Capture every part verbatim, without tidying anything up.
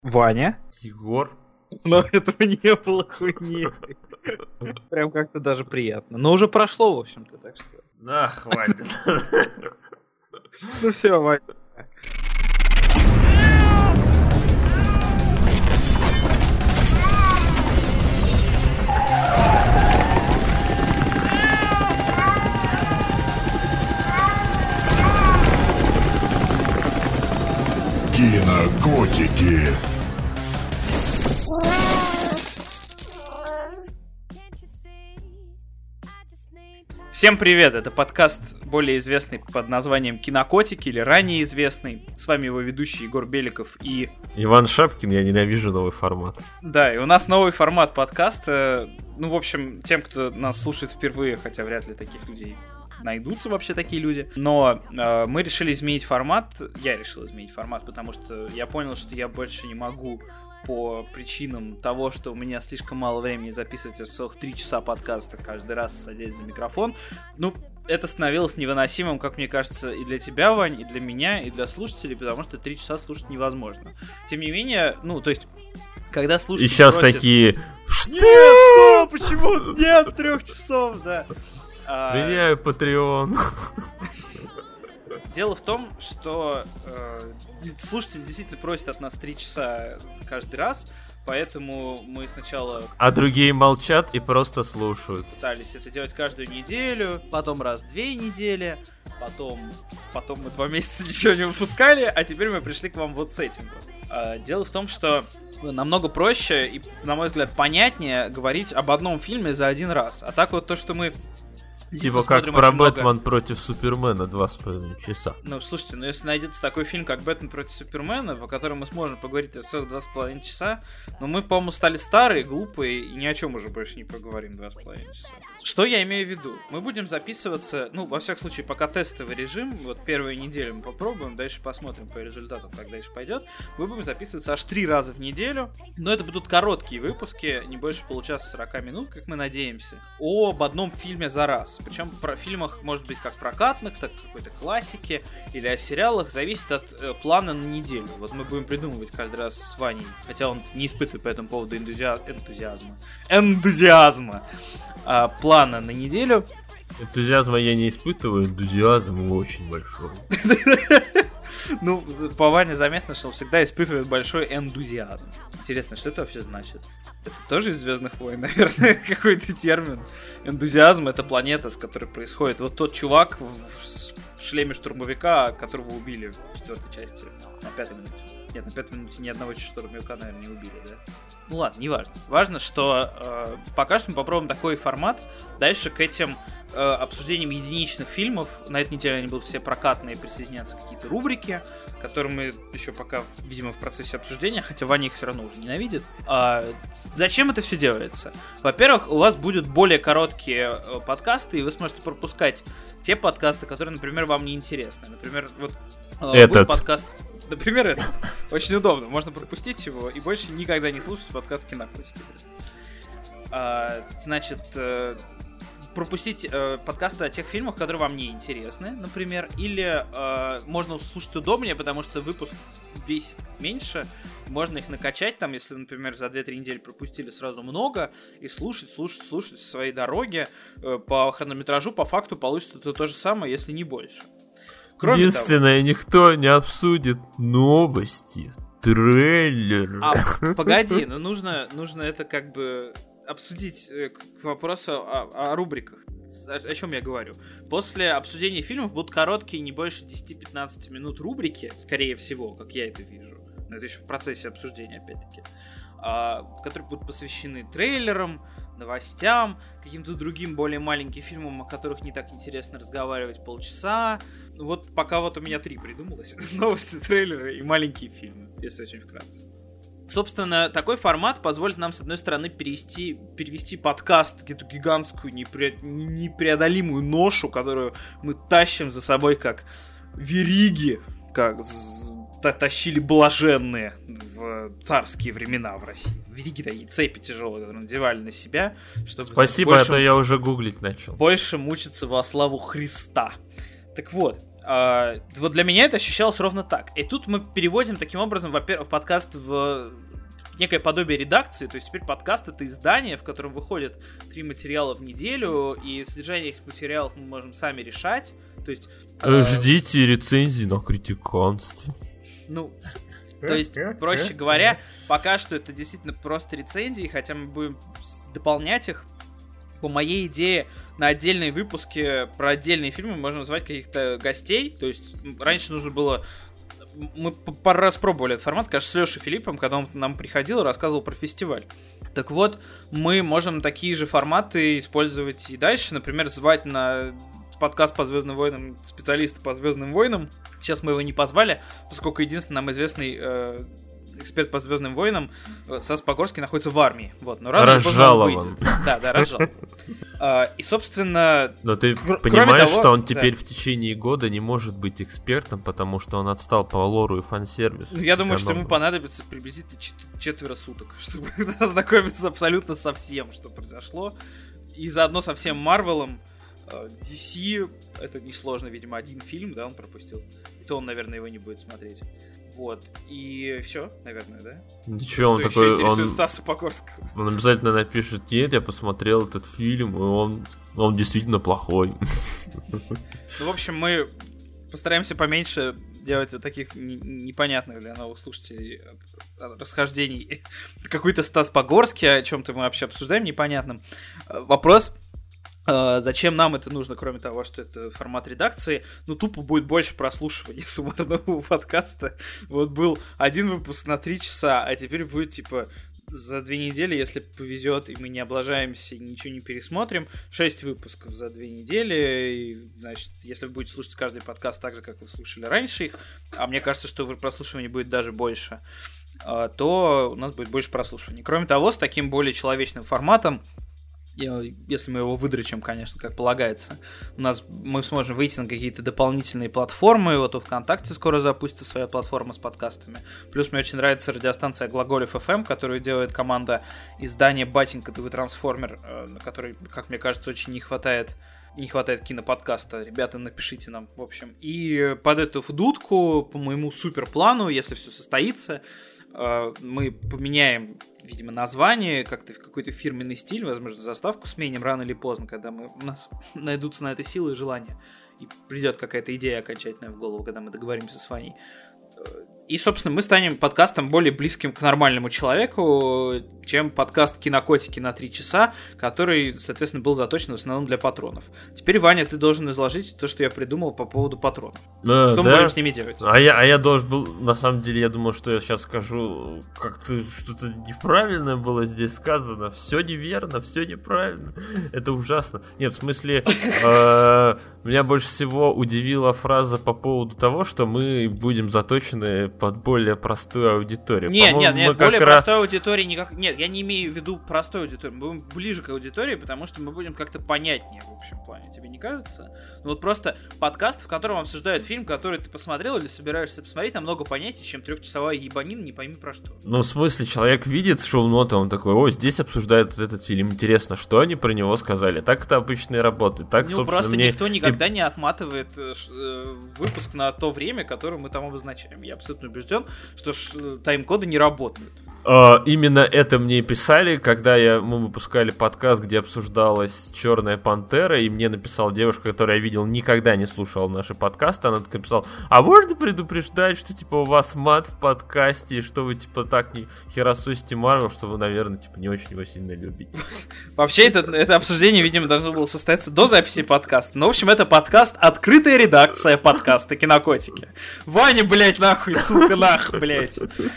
Ваня. Егор. Но этого не было хуйни. Прям как-то даже приятно. Но уже прошло, в общем-то, так что... Да, хватит. Ну все, Ваня. Кинокотики. Всем привет, это подкаст, более известный под названием «Кинокотики» или ранее известный. С вами его ведущий Егор Беликов и... Иван Шапкин, я ненавижу новый формат. Да, и у нас новый формат подкаста. Ну, в общем, тем, кто нас слушает впервые, хотя вряд ли таких людей найдутся вообще такие люди. Но э, мы решили изменить формат, я решил изменить формат, потому что я понял, что я больше не могу... по причинам того, что у меня слишком мало времени записывать аж целых три часа подкаста каждый раз, садясь за микрофон. Ну, это становилось невыносимым, как мне кажется, и для тебя, Вань, и для меня, и для слушателей, потому что три часа слушать невозможно. Тем не менее, ну, то есть, когда слушатели И сейчас просят... такие... Что? Нет, что? Почему нет трех часов, да? Меняю Patreon. Дело в том, что э, слушатели действительно просят от нас три часа каждый раз, поэтому мы сначала... А другие молчат и просто слушают. Пытались это делать каждую неделю, потом раз в две недели, потом, потом мы два месяца ничего не выпускали, а теперь мы пришли к вам вот с этим. Э, дело в том, что намного проще и, на мой взгляд, понятнее говорить об одном фильме за один раз. А так вот то, что мы... Типа как про Бэтмен много... против Супермена два с половиной часа. Ну, слушайте, ну если найдется такой фильм, как Бэтмен против Супермена, по которому мы сможем поговорить о целых два с половиной часа, но мы, по-моему, стали старые, глупые, и ни о чем уже больше не поговорим два с половиной часа. Что я имею в виду? Мы будем записываться, ну, во всяком случае, пока тестовый режим, вот первую неделю мы попробуем, дальше посмотрим по результатам, как дальше пойдет. Мы будем записываться аж три раза в неделю, но это будут короткие выпуски, не больше получаса сорок минут, как мы надеемся, об одном фильме за раз. Причем про фильмах, может быть, как прокатных, так какой-то классики или о сериалах, зависит от э, плана на неделю. Вот мы будем придумывать каждый раз с Ваней, хотя он не испытывает по этому поводу энтузиа... энтузиазма. Энтузиазма. А, плана на неделю. Энтузиазма я не испытываю, энтузиазм очень большой. Ну, по Ване заметно, что он всегда испытывает большой энтузиазм. Интересно, что это вообще значит? Это тоже из «Звездных войн», наверное, какой-то термин. Энтузиазм — это планета, с которой происходит вот тот чувак в шлеме штурмовика, которого убили в четвертой части на пятой минуте. Нет, на пятой минуте ни одного штурмовика, наверное, не убили, да? Ну ладно, не важно. Важно, что э, пока что мы попробуем такой формат. Дальше к этим э, обсуждениям единичных фильмов, на этой неделе они будут все прокатные, присоединяться какие-то рубрики, которые мы еще пока, видимо, в процессе обсуждения, хотя Ваня их все равно уже ненавидит. А, зачем это все делается? Во-первых, у вас будут более короткие э, подкасты, и вы сможете пропускать те подкасты, которые, например, вам не интересны. Например, вот э, Этот. будет подкаст... Например, этот. Очень удобно. Можно пропустить его и больше никогда не слушать подкаст «Кинокотики». А, значит, э, пропустить э, подкасты о тех фильмах, которые вам не интересны, например. Или э, можно слушать удобнее, потому что выпуск весит меньше. Можно их накачать, там, если, например, за две-три недели пропустили сразу много, и слушать, слушать, слушать в своей дороге. Э, по хронометражу, по факту, получится то, то же самое, если не больше. Кроме Единственное, того, никто не обсудит новости, трейлеры. А, погоди, ну нужно, нужно это как бы обсудить к вопросу о, о рубриках. О, о чем я говорю? После обсуждения фильмов будут короткие, не больше десять-пятнадцать минут рубрики, скорее всего, как я это вижу. Но это еще в процессе обсуждения, опять-таки. А, которые будут посвящены трейлерам, новостям, каким-то другим более маленьким фильмам, о которых не так интересно разговаривать полчаса. Вот пока вот у меня три придумалось. Новости, трейлеры и маленькие фильмы, если очень вкратце. Собственно, такой формат позволит нам, с одной стороны, перевести, перевести подкаст, эту гигантскую, непре, непреодолимую ношу, которую мы тащим за собой как вериги, как тащили блаженные в царские времена в России. Вериги такие, цепи тяжелые, которые надевали на себя, чтобы... Спасибо, больше, а то я уже гуглить начал. Больше мучиться во славу Христа. Так вот, А, вот для меня это ощущалось ровно так. И тут мы переводим таким образом, во-первых, подкаст в некое подобие редакции. То есть теперь подкаст — это издание, в котором выходят три материала в неделю, и содержание этих материалов мы можем сами решать. То есть э, ждите рецензии на Критиканстве. Ну, то есть, проще говоря, пока что это действительно просто рецензии, хотя мы будем дополнять их. По моей идее, на отдельные выпуски про отдельные фильмы можно звать каких-то гостей. То есть, раньше нужно было... Мы пару раз пробовали этот формат, конечно, с Лешей Филиппом, когда он к нам приходил и рассказывал про фестиваль. Так вот, мы можем такие же форматы использовать и дальше. Например, звать на подкаст по Звездным войнам специалиста по Звездным войнам. Сейчас мы его не позвали, поскольку единственный нам известный э, эксперт по Звездным войнам э, Стас Погорский находится в армии. Вот, но рано или поздно он выйдет. Да, да, разжалован. И, собственно... Но ты понимаешь, что он теперь в течение года не может быть экспертом, потому что он отстал по лору и фан-сервису. Я думаю, что ему понадобится приблизительно четверо суток, чтобы ознакомиться абсолютно со всем, что произошло. И заодно со всем Марвелом. ди си, это несложно, видимо, один фильм, да, он пропустил. И то он, наверное, его не будет смотреть. Вот. И все, наверное, да? Да что, он такой... Он, Стаса Покорского. Он обязательно напишет: нет, я посмотрел этот фильм, и он, он действительно плохой. Ну, в общем, мы постараемся поменьше делать вот таких непонятных для новых слушателей расхождений. Какой-то Стас Погорский, о чем-то мы вообще обсуждаем непонятным. Вопрос... Зачем нам это нужно, кроме того, что это формат редакции? Ну, тупо будет больше прослушиваний суммарного подкаста. Вот был один выпуск на три часа, а теперь будет, типа, за две недели, если повезет, и мы не облажаемся, ничего не пересмотрим, шесть выпусков за две недели. И, значит, если вы будете слушать каждый подкаст так же, как вы слушали раньше их, а мне кажется, что прослушиваний будет даже больше, то у нас будет больше прослушиваний. Кроме того, с таким более человечным форматом, если мы его выдрочим, конечно, как полагается, у нас мы сможем выйти на какие-то дополнительные платформы. Вот у ВКонтакте скоро запустится своя платформа с подкастами. Плюс мне очень нравится радиостанция Глаголев эф эм, которую делает команда издания «Батенька, ты вы трансформер», на которой, как мне кажется, очень не хватает не хватает киноподкаста. Ребята, напишите нам, в общем. И под эту дудку, по моему суперплану, если все состоится, мы поменяем, видимо, название, как-то какой-то фирменный стиль, возможно, заставку сменим рано или поздно, когда мы, у нас найдутся на это силы и желания, и придет какая-то идея окончательная в голову, когда мы договоримся с Ваней. И, собственно, мы станем подкастом более близким к нормальному человеку, чем подкаст «Кинокотики» на три часа, который, соответственно, был заточен в основном для патронов. Теперь, Ваня, ты должен изложить то, что я придумал по поводу патронов. А, что да? мы будем с ними делать? А я, а я должен был, на самом деле, я думал, что я сейчас скажу, как-то что-то неправильное было здесь сказано. Все неверно, все неправильно. Это ужасно. Нет, в смысле, меня больше всего удивила фраза по поводу того, что мы будем заточены под более простую аудиторию. Нет, нет, нет, более раз... простой аудитории никак... Нет, я не имею в виду простой аудиторию. Мы будем ближе к аудитории, потому что мы будем как-то понятнее в общем плане. Тебе не кажется? Ну вот просто подкаст, в котором обсуждают фильм, который ты посмотрел или собираешься посмотреть, намного понятнее, чем трехчасовая ебанина, не пойми про что. Ну, в смысле, человек видит шоу-ноты, он такой: о, здесь обсуждают этот фильм, интересно, что они про него сказали. Так это обычно и работает. Так, ну, просто мне... никто никогда и... не отматывает э, выпуск на то время, которое мы там обозначаем. Я абсолютно убежден, что ш- тайм-коды не работают. Uh, именно это мне и писали, когда я, мы выпускали подкаст, где обсуждалась «Черная пантера», и мне написала девушка, которую я видел, никогда не слушала наши подкасты, она так написала: а можно предупреждать, что типа у вас мат в подкасте, и что вы типа так не херососите Марвел, что вы, наверное, типа не очень его сильно любите. Вообще, это, это обсуждение, видимо, должно было состояться до записи подкаста. Ну, в общем, это подкаст, открытая редакция подкаста «Кинокотики». Ваня, блядь, нахуй, сука, нахуй, блядь.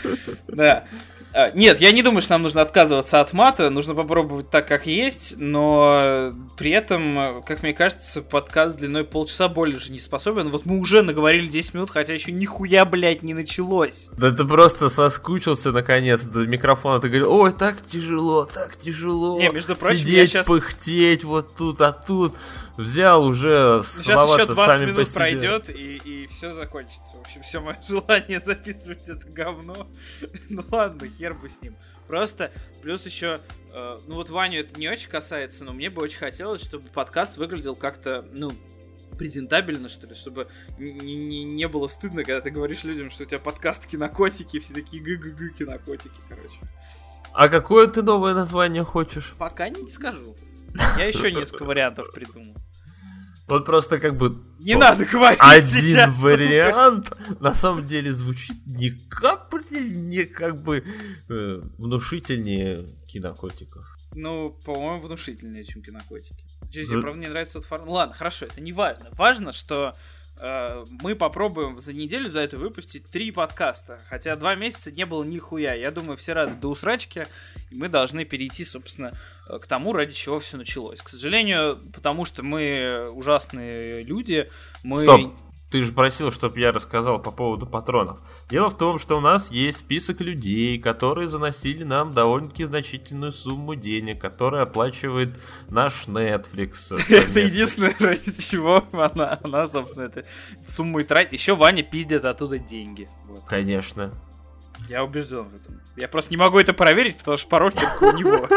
Да. Нет, я не думаю, что нам нужно отказываться от мата, нужно попробовать так, как есть, но при этом, как мне кажется, подкаст длиной полчаса более же не способен. Вот мы уже наговорили десять минут, хотя еще нихуя, блядь, не началось. Да ты просто соскучился наконец до микрофона, ты говорил: ой, так тяжело, так тяжело. Не, между прочим, сидеть, я сейчас... пыхтеть вот тут, а тут взял уже слова-то сейчас еще двадцать сами минут по себе. пройдет, и, и все закончится. В общем, все мое желание записывать это говно. Ну ладно, хер бы с ним. Просто, плюс еще, э, ну вот Ваню это не очень касается, но мне бы очень хотелось, чтобы подкаст выглядел как-то, ну, презентабельно, что ли, чтобы не, не, не было стыдно, когда ты говоришь людям, что у тебя подкаст «Кинокотики», все такие гы-гы-гы «Кинокотики», короче. А какое ты новое название хочешь? Пока не скажу. Я еще несколько вариантов придумал. Вот просто как бы... Не надо говорить один сейчас. вариант на самом деле звучит ни капли, не как бы э, внушительнее «Кинокотиков». Ну, по-моему, внушительнее, чем «Кинокотики». Честно, мне, правда, не нравится тот формат. Ладно, хорошо, это не важно. Важно, что э, мы попробуем за неделю за эту выпустить три подкаста. Хотя два месяца не было нихуя. Я думаю, все рады до усрачки. И мы должны перейти, собственно, к тому, ради чего все началось. К сожалению, потому что мы ужасные люди. Мы... Стоп! Ты же просил, чтобы я рассказал по поводу патронов. Дело в том, что у нас есть список людей, которые заносили нам довольно-таки значительную сумму денег, которые оплачивает наш Netflix. Это единственное, ради чего она, она собственно, эту сумму и тратит. Еще Ваня пиздит оттуда деньги. Вот. Конечно. Я убежден в этом. Я просто не могу это проверить, потому что пароль только у него.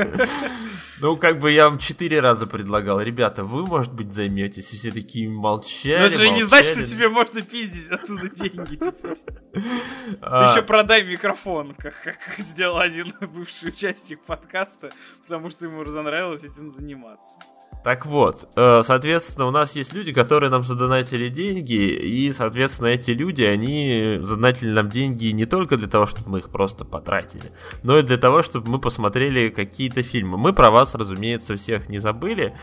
Ну, как бы я вам четыре раза предлагал. Ребята, вы, может быть, займетесь, и все такие молчали. Но это же молчали. не значит, что тебе можно пиздить оттуда деньги теперь. А... Ты еще продай микрофон, как, как сделал один бывший участник подкаста, потому что ему разонравилось этим заниматься. Так вот, соответственно, у нас есть люди, которые нам задонатили деньги, и, соответственно, эти люди, они задонатили нам деньги не только для того, чтобы мы их просто потратили, но и для того, чтобы мы посмотрели какие-то фильмы. Мы про вас, разумеется, всех не забыли,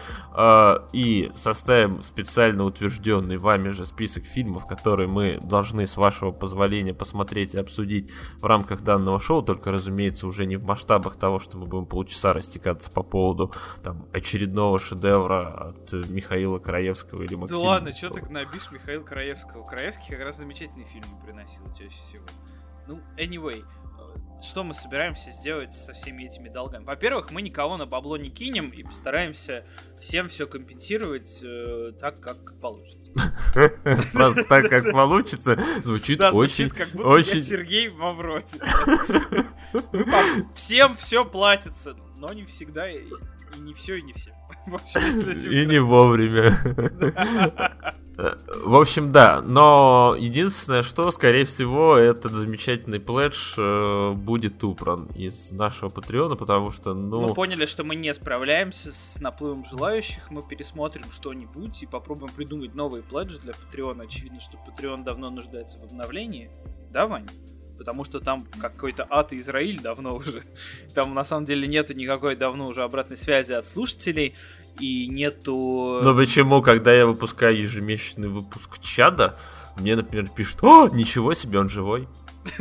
и составим специально утвержденный вами же список фильмов, которые мы должны, с вашего позволения, посмотреть и обсудить в рамках данного шоу, только, разумеется, уже не в масштабах того, что мы будем полчаса растекаться по поводу там, очередного шедевра от Михаила Краевского или Максима. Да ладно, что ты набишь Михаила Краевского? Краевский как раз замечательные фильмы приносил чаще всего. Ну, anyway, что мы собираемся сделать со всеми этими долгами? Во-первых, мы никого на бабло не кинем и постараемся всем все компенсировать э, так, как получится. Просто так, как получится, звучит очень... как будто я Сергей Мавроди. Всем все платится, но не всегда, и не все, и не всем. И не вовремя. В общем, да, но единственное, что, скорее всего, этот замечательный пледж э, будет убран из нашего Патреона, потому что, ну... Мы поняли, что мы не справляемся с наплывом желающих, мы пересмотрим что-нибудь и попробуем придумать новые пледжи для Патреона. Очевидно, что Патреон давно нуждается в обновлении. Да, Вань? Потому что там какой-то ад и Израиль давно уже. Там на самом деле нету никакой давно уже обратной связи от слушателей. И нету... Но почему, когда я выпускаю ежемесячный выпуск Чада, мне, например, пишут: «О, ничего себе, он живой».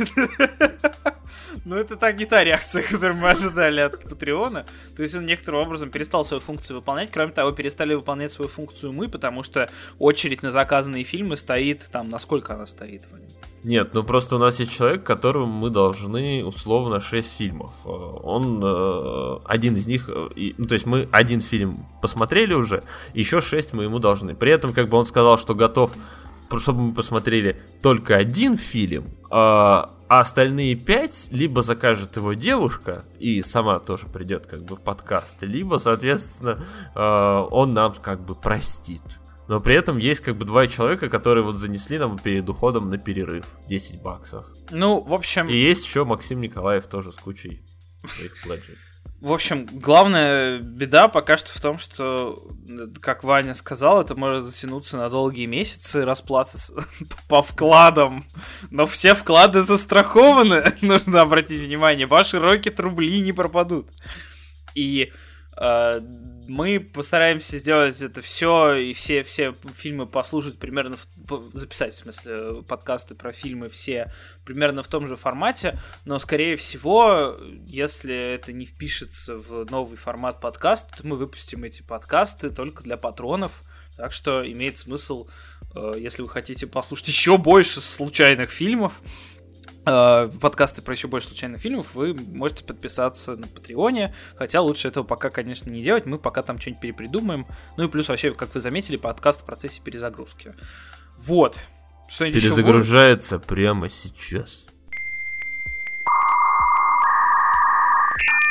Ну, это так не та реакция, которую мы ожидали от Патреона. То есть он некоторым образом перестал свою функцию выполнять. Кроме того, перестали выполнять свою функцию мы, потому что очередь на заказанные фильмы стоит там... Насколько она стоит, Ваня? Нет, ну просто у нас есть человек, которому мы должны условно шесть фильмов. Он э, один из них, э, и, ну то есть мы один фильм посмотрели уже, еще шесть мы ему должны. При этом как бы он сказал, что готов, чтобы мы посмотрели только один фильм, э, а остальные пять либо закажет его девушка и сама тоже придет как бы в подкаст, либо, соответственно, э, он нам как бы простит. Но при этом есть как бы два человека, которые вот занесли нам перед уходом на перерыв десять баксов. Ну, в общем... И есть еще Максим Николаев тоже с кучей своих пледжей. В общем, главная беда пока что в том, что, как Ваня сказал, это может затянуться на долгие месяцы, расплата по вкладам. Но все вклады застрахованы, нужно обратить внимание. Ваши Rocket рубли не пропадут. И... мы постараемся сделать это все и все, все фильмы послушать примерно, в, записать, в смысле, подкасты про фильмы все примерно в том же формате, но, скорее всего, если это не впишется в новый формат подкаста, то мы выпустим эти подкасты только для патронов, так что имеет смысл, если вы хотите послушать еще больше случайных фильмов, подкасты про еще больше случайных фильмов, вы можете подписаться на Патреоне, хотя лучше этого пока, конечно, не делать, мы пока там что-нибудь перепридумаем. Ну и плюс вообще, как вы заметили, подкаст в процессе перезагрузки. Вот. Что-нибудь перезагружается еще прямо сейчас.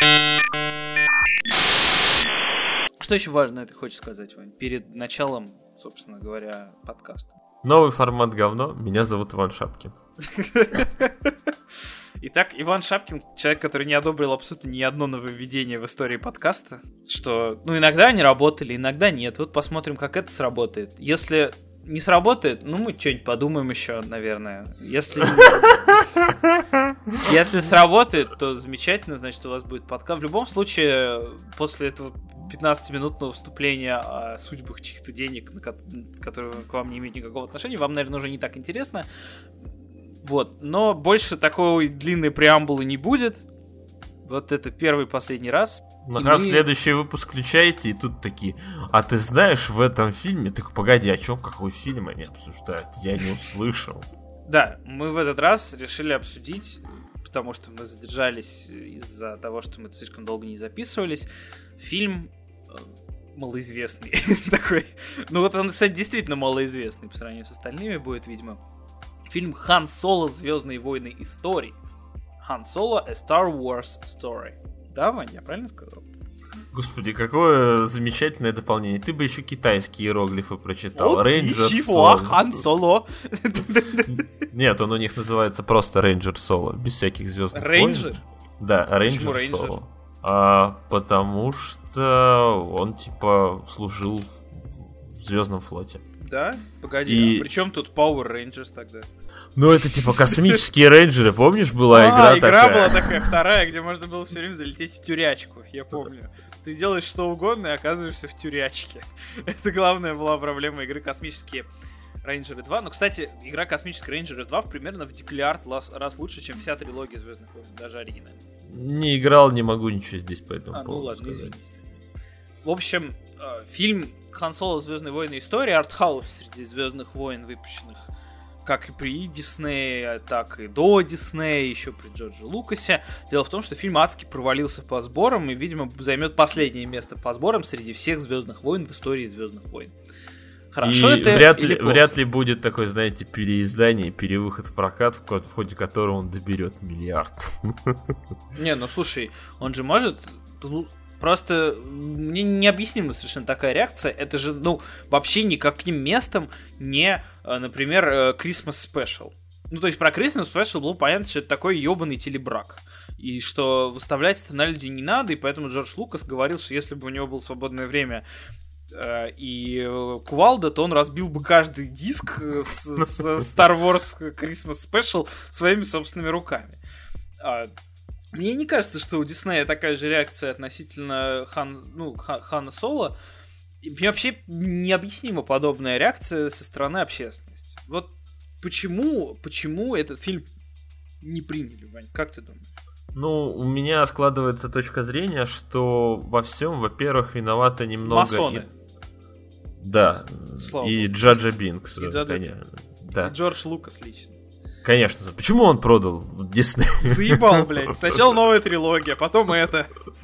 Что еще важно, ты хочешь сказать, Вань, перед началом собственно говоря, подкаста. Новый формат говно. Меня зовут Иван Шапкин. Итак, Иван Шапкин, человек, который не одобрил абсолютно ни одно нововведение в истории подкаста, что, ну, иногда они работали, иногда нет. Вот посмотрим, как это сработает. Если не сработает, ну, мы что-нибудь подумаем еще, наверное. Если Если сработает, то замечательно, значит, у вас будет подкаст. В любом случае, после этого пятнадцатиминутного вступления о судьбах чьих-то денег, которые к вам не имеют никакого отношения, вам, наверное, уже не так интересно. Вот, но больше такой длинной преамбулы не будет. Вот это первый и последний раз. Ну, как мы... следующий выпуск включаете, и тут такие: а ты знаешь, в этом фильме... Так, погоди, о чем, какой фильм они обсуждают? Я не услышал. Да, мы в этот раз решили обсудить, потому что мы задержались из-за того, что мы слишком долго не записывались, фильм малоизвестный такой. Ну вот он, кстати, действительно малоизвестный по сравнению с остальными будет, видимо. Фильм «Хан Соло. Звездные войны. Истории». «Хан Соло. A Star Wars Story». Да, Вань, я правильно сказал? Господи, какое замечательное дополнение. Ты бы еще китайские иероглифы прочитал. Рейнджер Соло. Хан Соло. Нет, он у них называется просто Рейнджер Соло, без всяких звездных войн. Рейнджер? Да, Рейнджер Соло. А, потому что он типа служил в Звездном флоте. Да? Погоди, и... а при чем тут Power Rangers тогда? Ну, это типа космические рейнджеры, помнишь, была а, игра, игра такая? была такая, вторая, где можно было все время залететь в тюрячку, я помню. Ты делаешь что угодно и оказываешься в тюрячке. Это главная была проблема игры «Космические рейнджеры два». Ну, кстати, игра «Космические рейнджеры два» примерно в декалиард раз лучше, чем вся трилогия «Звездных войн», даже оригинальная. Не играл, не могу ничего здесь по этому а, поводу ну, ладно, сказать. Извините. В общем, фильм «Хан Соло. Звездные войны. История» артхаус среди «Звездных войн», выпущенных как и при Диснее, так и до Диснея, еще при Джордже Лукасе. Дело в том, что фильм адски провалился по сборам и, видимо, займет последнее место по сборам среди всех «Звездных войн» в истории «Звездных войн». Хорошо и это вряд или ли, вряд ли будет такой, знаете, переиздание, перевыход в прокат, в ходе которого он доберет миллиард. Не, ну слушай, он же может... Просто мне необъяснима совершенно такая реакция. Это же, ну, вообще никаким местом не, например, Christmas Special. Ну, то есть про Christmas Special было понятно, что это такой ебаный телебрак. И что выставлять это на люди не надо, и поэтому Джордж Лукас говорил, что если бы у него было свободное время э, и кувалда, то он разбил бы каждый диск с, с Star Wars Christmas Special своими собственными руками. Мне не кажется, что у Диснея такая же реакция относительно Хан, ну, Хан, Хана Соло. И мне вообще необъяснима подобная реакция со стороны общественности. Вот почему, почему этот фильм не приняли, Вань? Как ты думаешь? Ну, у меня складывается точка зрения, что во всем, во-первых, виновата немного... Масоны. И... Да, Слава и Богу. Джаджа Бинкс. И, Джаджа... да. и Джордж Лукас лично. Конечно. Почему он продал Дисней? Заебал, блядь. Сначала новая трилогия, потом это.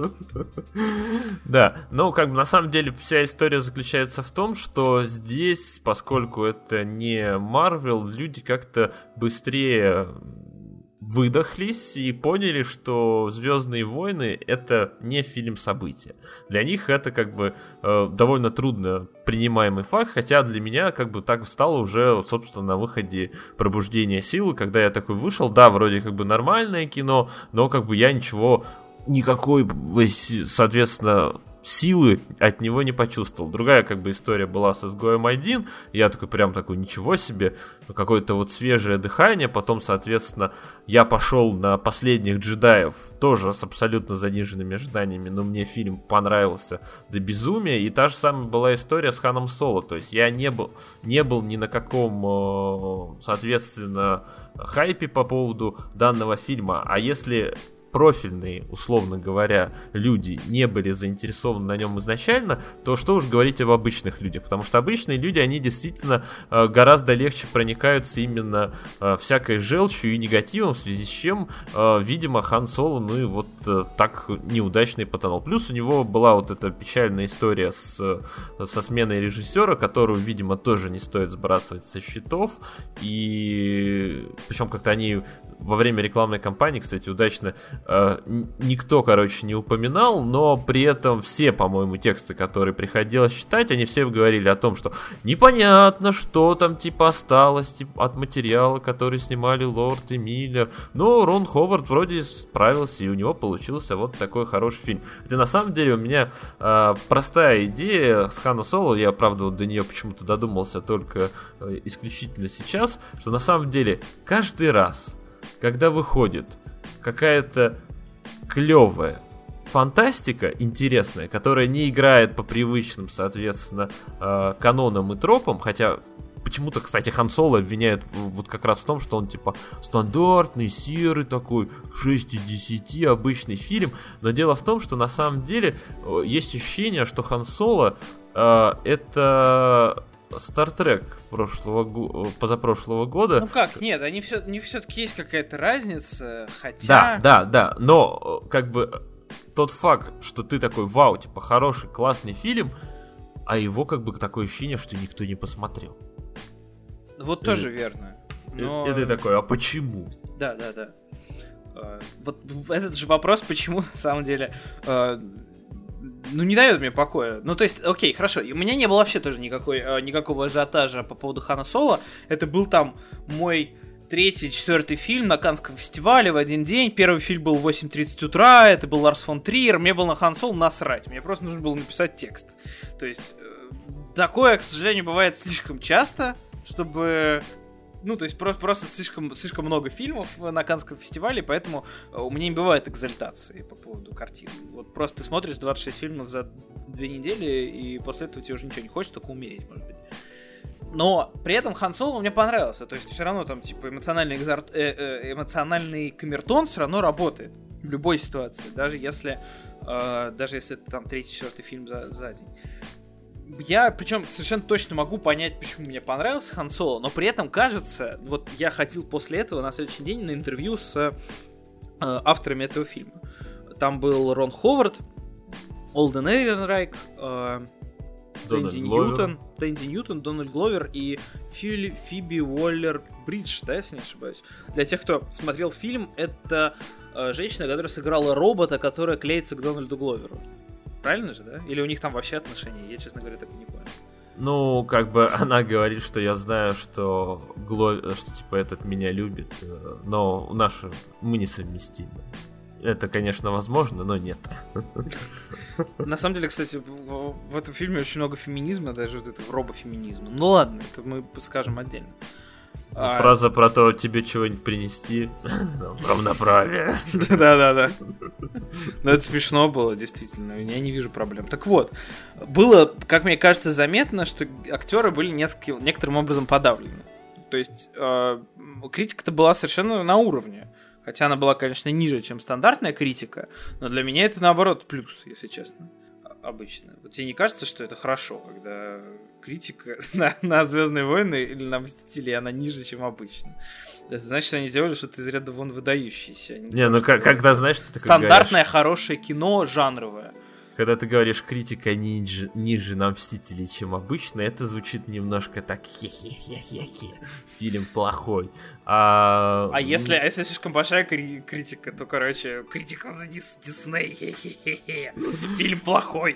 Да, ну, как бы, на самом деле, вся история заключается в том, что здесь, поскольку это не Марвел, люди как-то быстрее выдохлись и поняли, что «Звездные войны» — это не фильм события. Для них это как бы э, довольно трудно принимаемый факт, хотя для меня как бы так стало уже, собственно, на выходе «Пробуждение силы», когда я такой вышел, да, вроде как бы нормальное кино, но как бы я ничего, никакой, соответственно, силы от него не почувствовал. Другая как бы история была с «Изгоем один». Я такой прям такой, ничего себе, какое-то вот свежее дыхание. Потом, соответственно, я пошел на «Последних джедаев», тоже с абсолютно заниженными ожиданиями, но мне фильм понравился до безумия. И та же самая была история с Ханом Соло. То есть я не был, не был ни на каком, соответственно, хайпе по поводу данного фильма. А если... профильные, условно говоря, люди не были заинтересованы на нем изначально, то что уж говорить об обычных людях, потому что обычные люди, они действительно э, гораздо легче проникаются именно э, всякой желчью и негативом, в связи с чем, э, видимо, Хан Соло, ну и вот э, так неудачно и потонул. Плюс у него была вот эта печальная история с, со сменой режиссера, которую, видимо, тоже не стоит сбрасывать со счетов, и причем как-то они во время рекламной кампании, кстати, удачно э, никто, короче, не упоминал, но при этом все, по-моему, тексты, которые приходилось читать, они все говорили о том, что непонятно, что там, типа, осталось типа, от материала, который снимали Лорд и Миллер. Но Рон Ховард вроде справился, и у него получился вот такой хороший фильм. Хотя, на самом деле, у меня э, простая идея с Ханом Соло, я, правда, вот до нее почему-то додумался только э, исключительно сейчас, что, на самом деле, каждый раз, когда выходит какая-то клевая фантастика интересная, которая не играет по привычным, соответственно, э, канонам и тропам, хотя почему-то, кстати, Хан Соло обвиняют вот как раз в том, что он типа стандартный, серый такой, шесть из десяти, обычный фильм, но дело в том, что на самом деле есть ощущение, что Хан Соло э, это Стартрек прошлого, позапрошлого года. Ну как, нет, они все, у них все-таки есть какая-то разница, хотя... Да, да, да, но как бы тот факт, что ты такой, вау, типа хороший, классный фильм, а его как бы такое ощущение, что никто не посмотрел. Вот тоже это, верно. Но... И ты такой, а почему? Да, да, да. Uh, вот этот же вопрос, почему на самом деле... Uh, ну, не дает мне покоя. Ну, то есть, окей, хорошо. У меня не было вообще тоже никакой, э, никакого ажиотажа по поводу Хана Соло. Это был там мой третий, четвертый фильм на Каннском фестивале в один день. Первый фильм был в восемь тридцать утра. Это был Ларс фон Триер. Мне было на Хан Соло насрать. Мне просто нужно было написать текст. То есть, э, такое, к сожалению, бывает слишком часто, чтобы... Ну, то есть просто, просто слишком, слишком много фильмов на Каннском фестивале, поэтому у меня не бывает экзальтации по поводу картин. Вот просто ты смотришь двадцать шесть фильмов за две недели, и после этого тебе уже ничего не хочется, только умереть, может быть. Но при этом Хан Соло мне понравился. То есть все равно там типа эмоциональный, экзар... э, э, эмоциональный камертон все равно работает в любой ситуации, даже если, э, даже если это там третий, четвертый фильм за, за день. Я, причем, совершенно точно могу понять, почему мне понравился Хан Соло, но при этом, кажется, вот я ходил после этого на следующий день на интервью с э, авторами этого фильма. Там был Рон Ховард, Олден Эйренрайк, э, Тэнди Ньютон, Тэнди Ньютон, Дональд Гловер и Фили, Фиби Уоллер-Бридж, да, если не ошибаюсь. Для тех, кто смотрел фильм, это э, женщина, которая сыграла робота, которая клеится к Дональду Гловеру. Правильно же, да? Или у них там вообще отношения? Я, честно говоря, так и не понял. Ну, как бы она говорит, что я знаю, что Гло... что типа этот меня любит, но наши мы несовместимы. Это, конечно, возможно, но нет. На самом деле, кстати, в, в этом фильме очень много феминизма, даже вот этого робофеминизма. Ну ладно, это мы скажем отдельно. Фраза а... про то, тебе чего-нибудь принести. Равноправие. Да-да-да. Но это смешно было, действительно. Я не вижу проблем. Так вот, было, как мне кажется, заметно, что актеры были несколько, некоторым образом подавлены. То есть э, критика-то была совершенно на уровне. Хотя она была, конечно, ниже, чем стандартная критика. Но для меня это, наоборот, плюс, если честно. Обычно. Вот тебе не кажется, что это хорошо, когда критика на, на «Звездные войны» или на «Мстителей» она ниже, чем обычно? Это значит, что они сделали что-то из ряда вон выдающееся. Не, не ну как, когда, знаешь, что ты стандартное говоришь, хорошее кино, жанровое. Когда ты говоришь критика ниже, ниже на «Мстителей», чем обычно, это звучит немножко так хе-хе-хе-хе-хе. Фильм плохой. А, а если, а если слишком большая кри- критика, то, короче, критика за Дис- Дисней. Хе-хе-хе-хе. Фильм плохой.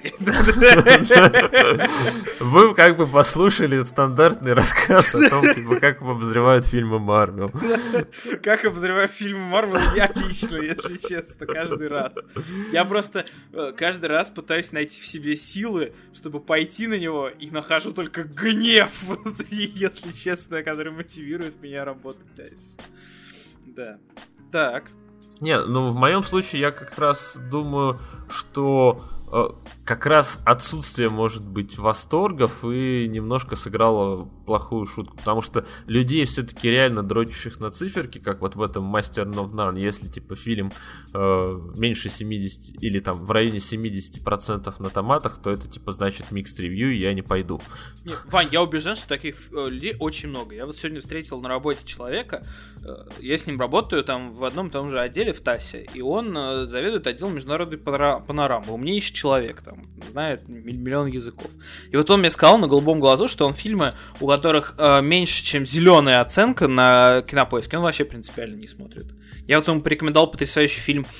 Вы как бы послушали стандартный рассказ о том, как обозревают фильмы Марвел. Как обозревают фильмы Марвел я лично, если честно, каждый раз. Я просто каждый раз пытаюсь найти в себе силы, чтобы пойти на него, и нахожу только гнев внутри, если честно, который мотивирует меня работать дальше. Да. Так. Не, ну в моем случае я как раз думаю, что э, как раз отсутствие, может быть, восторгов и немножко сыграло плохую шутку, потому что людей все-таки реально дрочащих на циферки, как вот в этом Master of None, если типа фильм э, меньше семьдесят или там в районе семьдесят процентов на томатах, то это типа значит mixed review, и я не пойду. Нет, Вань, я убежден, что таких э, людей очень много. Я вот сегодня встретил на работе человека, э, я с ним работаю там в одном и том же отделе в ТАССе, и он э, заведует отделом международной панорамы. Умнейший человек, там, знает миллион языков. И вот он мне сказал на голубом глазу, что он фильмы, у которых э, меньше, чем зеленая оценка на Кинопоиске, он вообще принципиально не смотрит. Я вот ему порекомендовал потрясающий фильм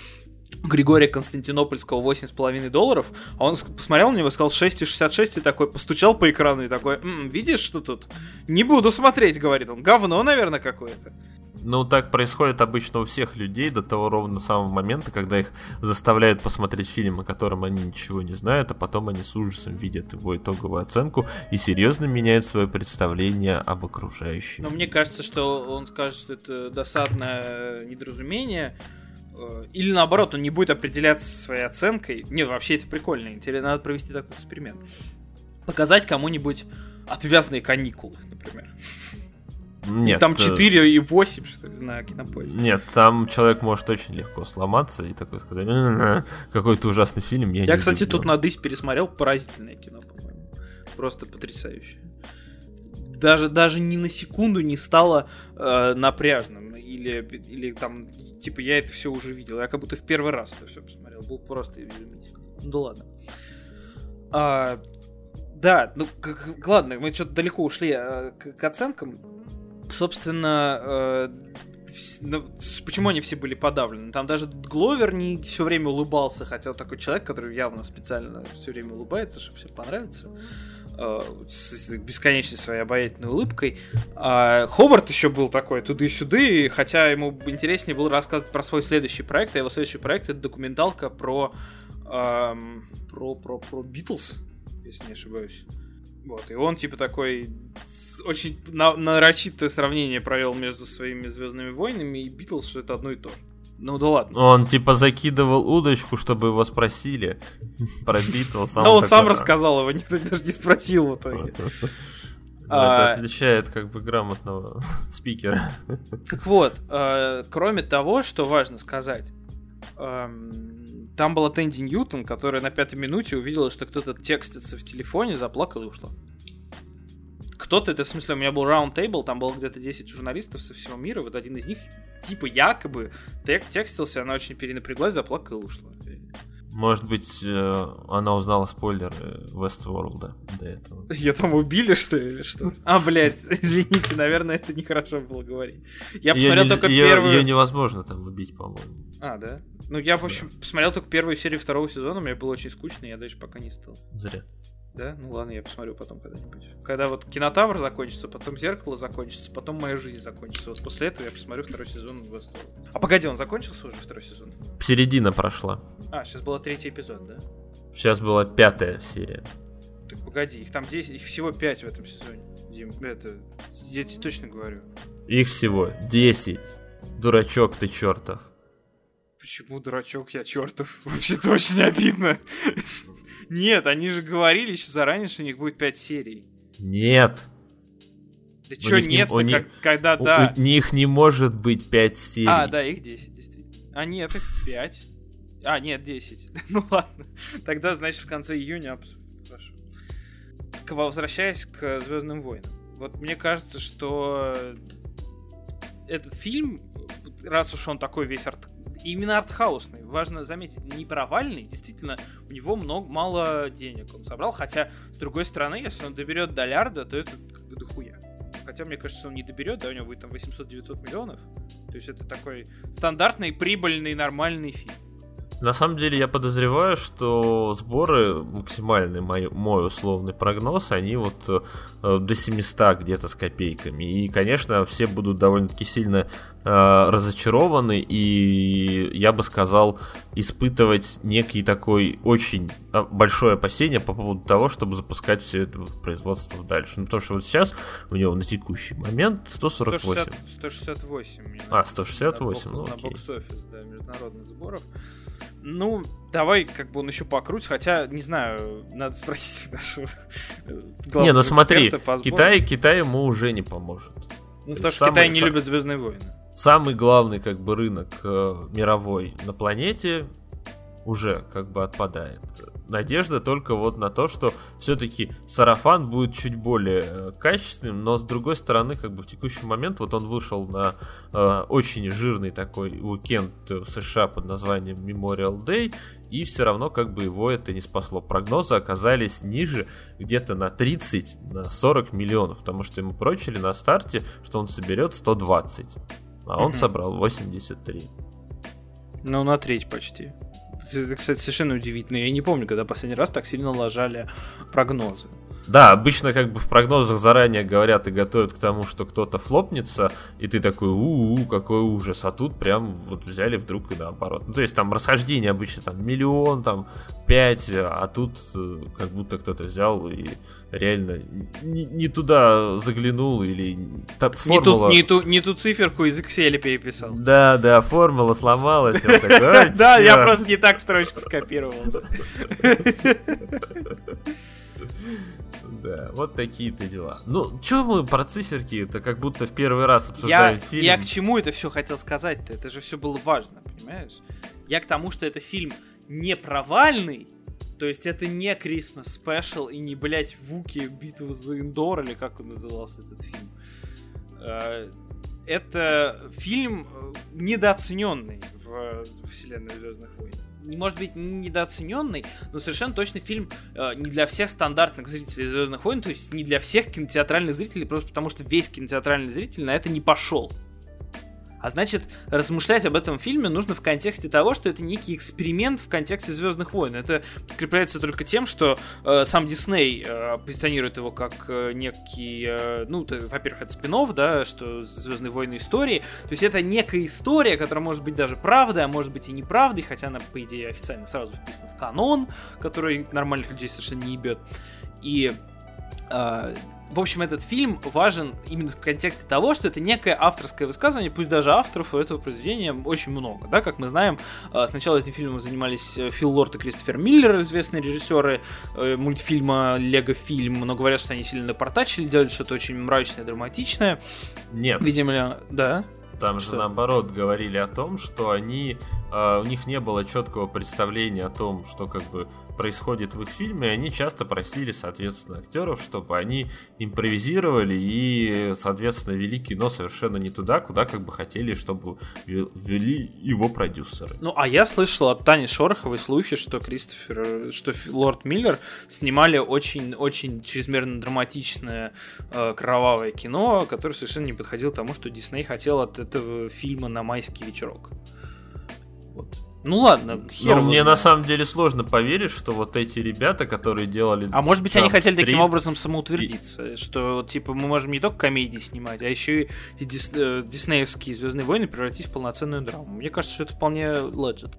Григория Константинопольского восемь с половиной долларов, а он посмотрел на него, сказал шесть шестьдесят шесть и такой постучал по экрану и такой: м-м, видишь, что тут? Не буду смотреть, говорит он. Говно, наверное, какое-то. Ну, так происходит обычно у всех людей до того ровно самого момента, когда их заставляют посмотреть фильм, о котором они ничего не знают, а потом они с ужасом видят его итоговую оценку и серьезно меняют свое представление об окружающем. Но мне кажется, что он скажет, что это досадное недоразумение, или наоборот, он не будет определяться своей оценкой. Нет, вообще это прикольно, интересно, надо провести такой эксперимент. Показать кому-нибудь «Отвязные каникулы», например. Нет, там четыре и восемь, что ли, на Кинопоиске. Нет, там человек может очень легко сломаться и такой сказать: какой-то ужасный фильм. Я, я кстати, люблю. Тут на Дысь пересмотрел, поразительное кино, по-моему. Просто потрясающее. Даже, даже ни на секунду не стало э, напряжным. Или, или там, типа, я это все уже видел. Я как будто в первый раз это все посмотрел. Был просто изумительно. Ну да ладно. А, да, ну как, ладно, мы что-то далеко ушли а, к, к оценкам. Собственно, э, ну, почему они все были подавлены? Там даже Гловер не все время улыбался, хотя вот такой человек, который явно специально все время улыбается, чтобы всем понравиться, э, с бесконечной своей обаятельной улыбкой. А Ховард еще был такой туды-сюды, хотя ему интереснее было рассказывать про свой следующий проект, а его следующий проект — это документалка про э, про, про, про Битлз, если не ошибаюсь. Вот, и он типа такой очень на- нарочитое сравнение провел между своими «Звездными войнами» и «Битлз», что это одно и то же. Ну да ладно. Он типа закидывал удочку, чтобы его спросили про «Битлз». Но он сам рассказал, его никто даже не спросил в итоге. Это отличает как бы грамотного спикера. Так вот, кроме того, что важно сказать, там была Тэнди Ньютон, которая на пятой минуте увидела, что кто-то текстится в телефоне, заплакала и ушла. Кто-то, это в смысле, у меня был раунд-тейбл, там было где-то десять журналистов со всего мира, вот один из них, типа, якобы тек- текстился, она очень перенапряглась, заплакала и ушла. Может быть, она узнала спойлеры Westworld до этого. Ее там убили, что ли, или что? А, блядь, извините, наверное, это нехорошо было говорить. Я посмотрел её только не, первую... Ее невозможно там убить, по-моему. А, да? Ну, я, в общем, да. посмотрел только первую серию второго сезона, мне было очень скучно, я дальше пока не стал. Зря. Да? Ну ладно, я посмотрю потом когда-нибудь. Когда вот Кинотавр закончится, потом Зеркало закончится, потом Моя жизнь закончится. Вот после этого я посмотрю второй сезон Westworld. А погоди, он закончился уже, второй сезон? Середина прошла. А, сейчас был третий эпизод, да? Сейчас была пятая серия. Так погоди, их там десять, их всего пять в этом сезоне. Дим, это, я тебе точно говорю. Их всего десять. Дурачок ты чертов. Почему дурачок я чертов? Вообще-то очень обидно. Нет, они же говорили еще заранее, что у них будет пять серий. Нет. Да чё нет, не, как, них, когда да. У них не может быть пять серий. А, да, их десять, действительно. А нет, их пять. А, нет, десять. Ну ладно. Тогда, значит, в конце июня обсудим. Хорошо. Возвращаясь к «Звездным войнам». Вот мне кажется, что этот фильм, раз уж он такой весь арт... именно артхаусный, важно заметить, не провальный, действительно, у него много, мало денег он собрал, хотя, с другой стороны, если он доберет до лярда, то это как бы дохуя. Хотя, мне кажется, что он не доберет, да, у него будет там восемьсот-девятьсот миллионов, то есть это такой стандартный, прибыльный, нормальный фильм. На самом деле я подозреваю, что сборы, максимальный мой, мой условный прогноз, они вот э, до семисот где-то с копейками. И, конечно, все будут довольно-таки сильно э, разочарованы и, я бы сказал, испытывать некий такой очень большое опасение по поводу того, чтобы запускать все это производство дальше. Ну, потому что вот сейчас у него на текущий момент сто сорок восемь. сто шестьдесят восемь. А, сто шестьдесят восемь, ну окей. На бокс-офис, да, международных сборов. Ну, давай, как бы он еще покрутит, хотя, не знаю, надо спросить нашего главного Не, ну смотри, по Китай, Китай ему уже не поможет. Ну, потому что Китай не любит «Звездные войны». Самый главный, как бы, рынок э, мировой на планете уже, как бы, отпадает. Надежда только вот на то, что все-таки «Сарафан» будет чуть более э, качественным, но с другой стороны, как бы, в текущий момент вот он вышел на э, очень жирный такой уикенд в США под названием Memorial Day, и все равно, как бы, его это не спасло. Прогнозы оказались ниже где-то на тридцать, на сорок миллионов, потому что ему прочили на старте, что он соберет сто двадцать, а он mm-hmm. собрал восемьдесят три. Ну, на треть почти. Это, кстати, совершенно удивительно. Я не помню, когда последний раз так сильно лажали прогнозы. Да, обычно как бы в прогнозах заранее говорят и готовят к тому, что кто-то флопнется, и ты такой, у-у, какой ужас, а тут прям вот взяли вдруг и наоборот. Ну, то есть там расхождение обычно там миллион, там пять, а тут как будто кто-то взял и реально не, не туда заглянул или... Та, формула... не, ту, не, ту, не ту циферку из Excel переписал. Да, да, формула сломалась. Да, я просто не так строчку скопировал. Да, вот такие-то дела. Ну, чё мы про циферки? Это как будто в первый раз обсуждаем я, фильм. Я к чему это все хотел сказать-то? Это же все было важно, понимаешь? Я к тому, что это фильм не провальный, то есть это не Christmas Special и не, блять, Вуки, Битва за Эндор, или как он назывался этот фильм. Это фильм недооцененный в вселенной Звездных войн. Не может быть недооцененный, но совершенно точно фильм э, не для всех стандартных зрителей Звездных войн, то есть не для всех кинотеатральных зрителей, просто потому что весь кинотеатральный зритель на это не пошел. А значит, размышлять об этом фильме нужно в контексте того, что это некий эксперимент в контексте Звездных войн. Это подкрепляется только тем, что э, сам Дисней э, позиционирует его как э, некий, э, ну, то, во-первых, это спин-офф, да, что Звездные войны истории. То есть это некая история, которая может быть даже правдой, а может быть и неправдой, хотя она, по идее, официально сразу вписана в канон, который нормальных людей совершенно не ебет. И... Э, В общем, этот фильм важен именно в контексте того, что это некое авторское высказывание, пусть даже авторов у этого произведения очень много, да, как мы знаем, сначала этим фильмом занимались Фил Лорд и Кристофер Миллер, известные режиссеры мультфильма «Лего-фильм», но говорят, что они сильно напортачили, делали что-то очень мрачное, драматичное. Нет. Видимо, да. Там что? же наоборот говорили о том, что они, э, у них не было четкого представления о том, что как бы происходит в их фильме, и они часто просили, соответственно, актеров, чтобы они импровизировали и, соответственно, вели кино совершенно не туда, куда как бы хотели, чтобы вели его продюсеры. Ну, а я слышал от Тани Шороховой слухи, что Кристофер, что Лорд Миллер снимали очень-очень чрезмерно драматичное э, кровавое кино, которое совершенно не подходило тому, что Дисней хотел от этого фильма на майский вечерок. Вот. Ну ладно, хер. Ну, мне на самом деле сложно поверить, что вот эти ребята, которые делали... А может быть, они хотели Стрит... таким образом самоутвердиться, и... что типа мы можем не только комедии снимать, а еще и дис... диснеевские «Звездные войны» превратить в полноценную драму. Мне кажется, что это вполне legit.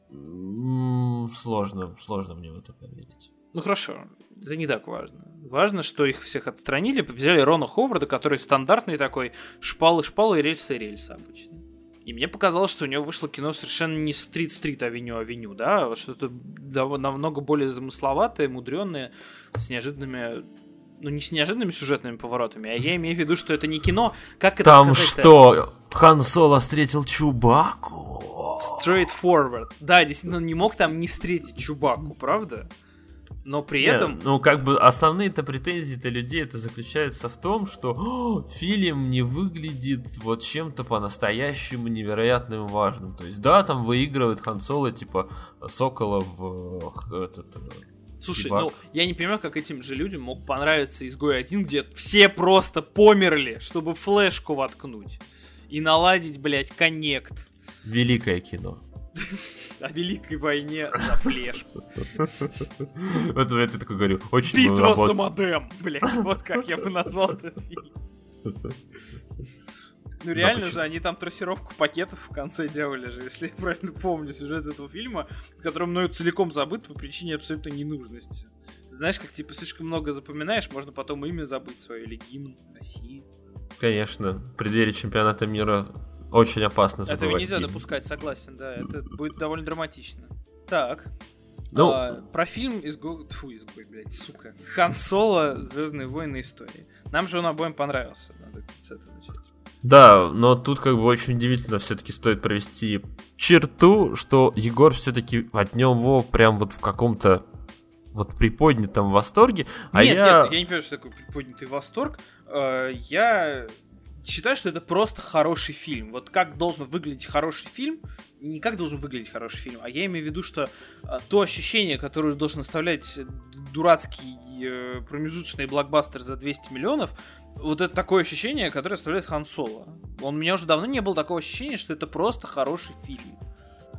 Mm, сложно, сложно мне в это поверить. Ну хорошо, это не так важно. Важно, что их всех отстранили, взяли Рона Ховарда, который стандартный такой шпалы-шпалы и рельсы-рельсы обычно. И мне показалось, что у него вышло кино совершенно не стрит-стрит, авеню-авеню, да, а что-то намного более замысловатое, мудрёное, с неожиданными, ну не с неожиданными сюжетными поворотами, а я имею в виду, что это не кино, как это Там сказать-то? что, Хан Соло встретил Чубаку? Straight forward. Да, действительно, он не мог там не встретить Чубаку, правда? Но при Нет, этом... ну, как бы, основные-то претензии-то людей это заключается в том, что о, фильм не выглядит вот чем-то по-настоящему невероятным важным. То есть, да, там выигрывает Хан Соло, типа, Сокола в этот... Слушай, Чубак. ну, я не понимаю, как этим же людям мог понравиться «Изгой один», где все просто померли, чтобы флешку воткнуть и наладить, блядь, коннект. Великое кино. О Великой войне за флешку. Вот я такой говорю, очень Битва за модем, блять, вот как я бы назвал этот фильм. Ну реально же, они там трассировку пакетов в конце делали же, если я правильно помню сюжет этого фильма, который мною целиком забыт по причине абсолютной ненужности. Знаешь, как типа слишком много запоминаешь, можно потом имя забыть свое или гимн России. Конечно, в преддверии чемпионата мира очень опасно забывать. Этого нельзя гимн. допускать, согласен, да. Это будет довольно драматично. Так. Ну, а, про фильм «Изгой...» Тьфу, «Изгой», блядь, сука. Хан Соло, «Звездные войны. Истории». Нам же он обоим понравился. Надо с этого начать. да, но тут как бы очень удивительно все-таки стоит провести черту, что Егор все-таки от него прям вот в каком-то вот приподнятом восторге. А нет, я... нет, я не понимаю, что такое приподнятый восторг. А, я... считаю, что это просто хороший фильм. Вот как должен выглядеть хороший фильм, не как должен выглядеть хороший фильм, а я имею в виду, что а, то ощущение, которое должен оставлять дурацкий э, промежуточный блокбастер за двести миллионов, вот это такое ощущение, которое оставляет Хан Соло. Он, у меня уже давно не было такого ощущения, что это просто хороший фильм.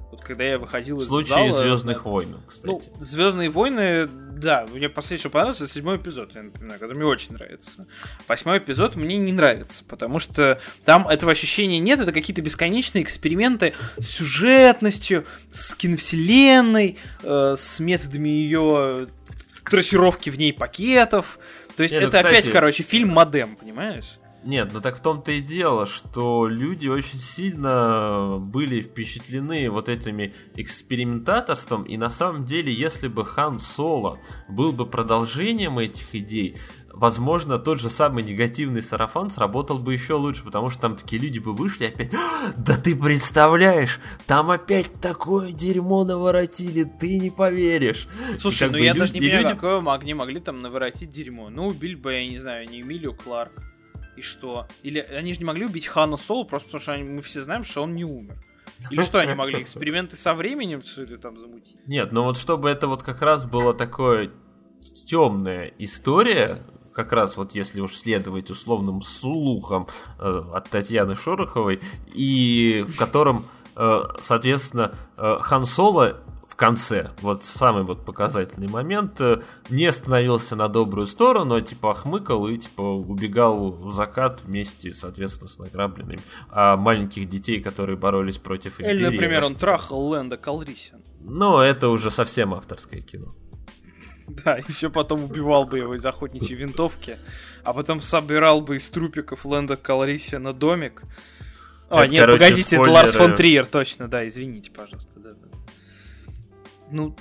Вот когда я выходил из зала... В зала... случае «Звездных войн», кстати. Ну, «Звездные войны», да, мне последний, что понравился, это седьмой эпизод, я напоминаю, который мне очень нравится. Восьмой эпизод мне не нравится, потому что там этого ощущения нет, это какие-то бесконечные эксперименты с сюжетностью, с киновселенной, э, с методами ее трассировки в ней пакетов. То есть Нет, это ну, кстати... опять, короче, фильм модем, понимаешь? Нет, ну так в том-то и дело, что люди очень сильно были впечатлены вот этими экспериментаторством, и на самом деле, если бы Хан Соло был бы продолжением этих идей, возможно, тот же самый негативный сарафан сработал бы еще лучше, потому что там такие люди бы вышли опять, да ты представляешь, там опять такое дерьмо наворотили, ты не поверишь. Слушай, ну я люди, даже не понимаю, люди... какое они могли там наворотить дерьмо. Ну, убили бы, я не знаю, не Эмилию Кларк. И что? Или они же не могли убить Хана Соло, просто потому что они, мы все знаем, что он не умер. Или что, они могли эксперименты со временем что ли там замутить? Нет, ну вот чтобы это вот как раз была такая темная история, как раз вот если уж следовать условным слухам э, от Татьяны Шороховой, и в котором, э, соответственно, э, Хан Соло в конце, вот самый вот показательный момент, не становился на добрую сторону, а типа охмыкал и типа убегал в закат вместе, соответственно, с награбленными. А маленьких детей, которые боролись против империи... Или, например, он трахал Лэнда Калрисиан. Ну, это уже совсем авторское кино. Да, еще потом убивал бы его из охотничьей винтовки, а потом собирал бы из трупиков Лэнда Калрисиана домик. О, это, нет, короче, погодите, спойлеры... это Ларс фон Триер, точно, да, извините, пожалуйста, да, да. Ну...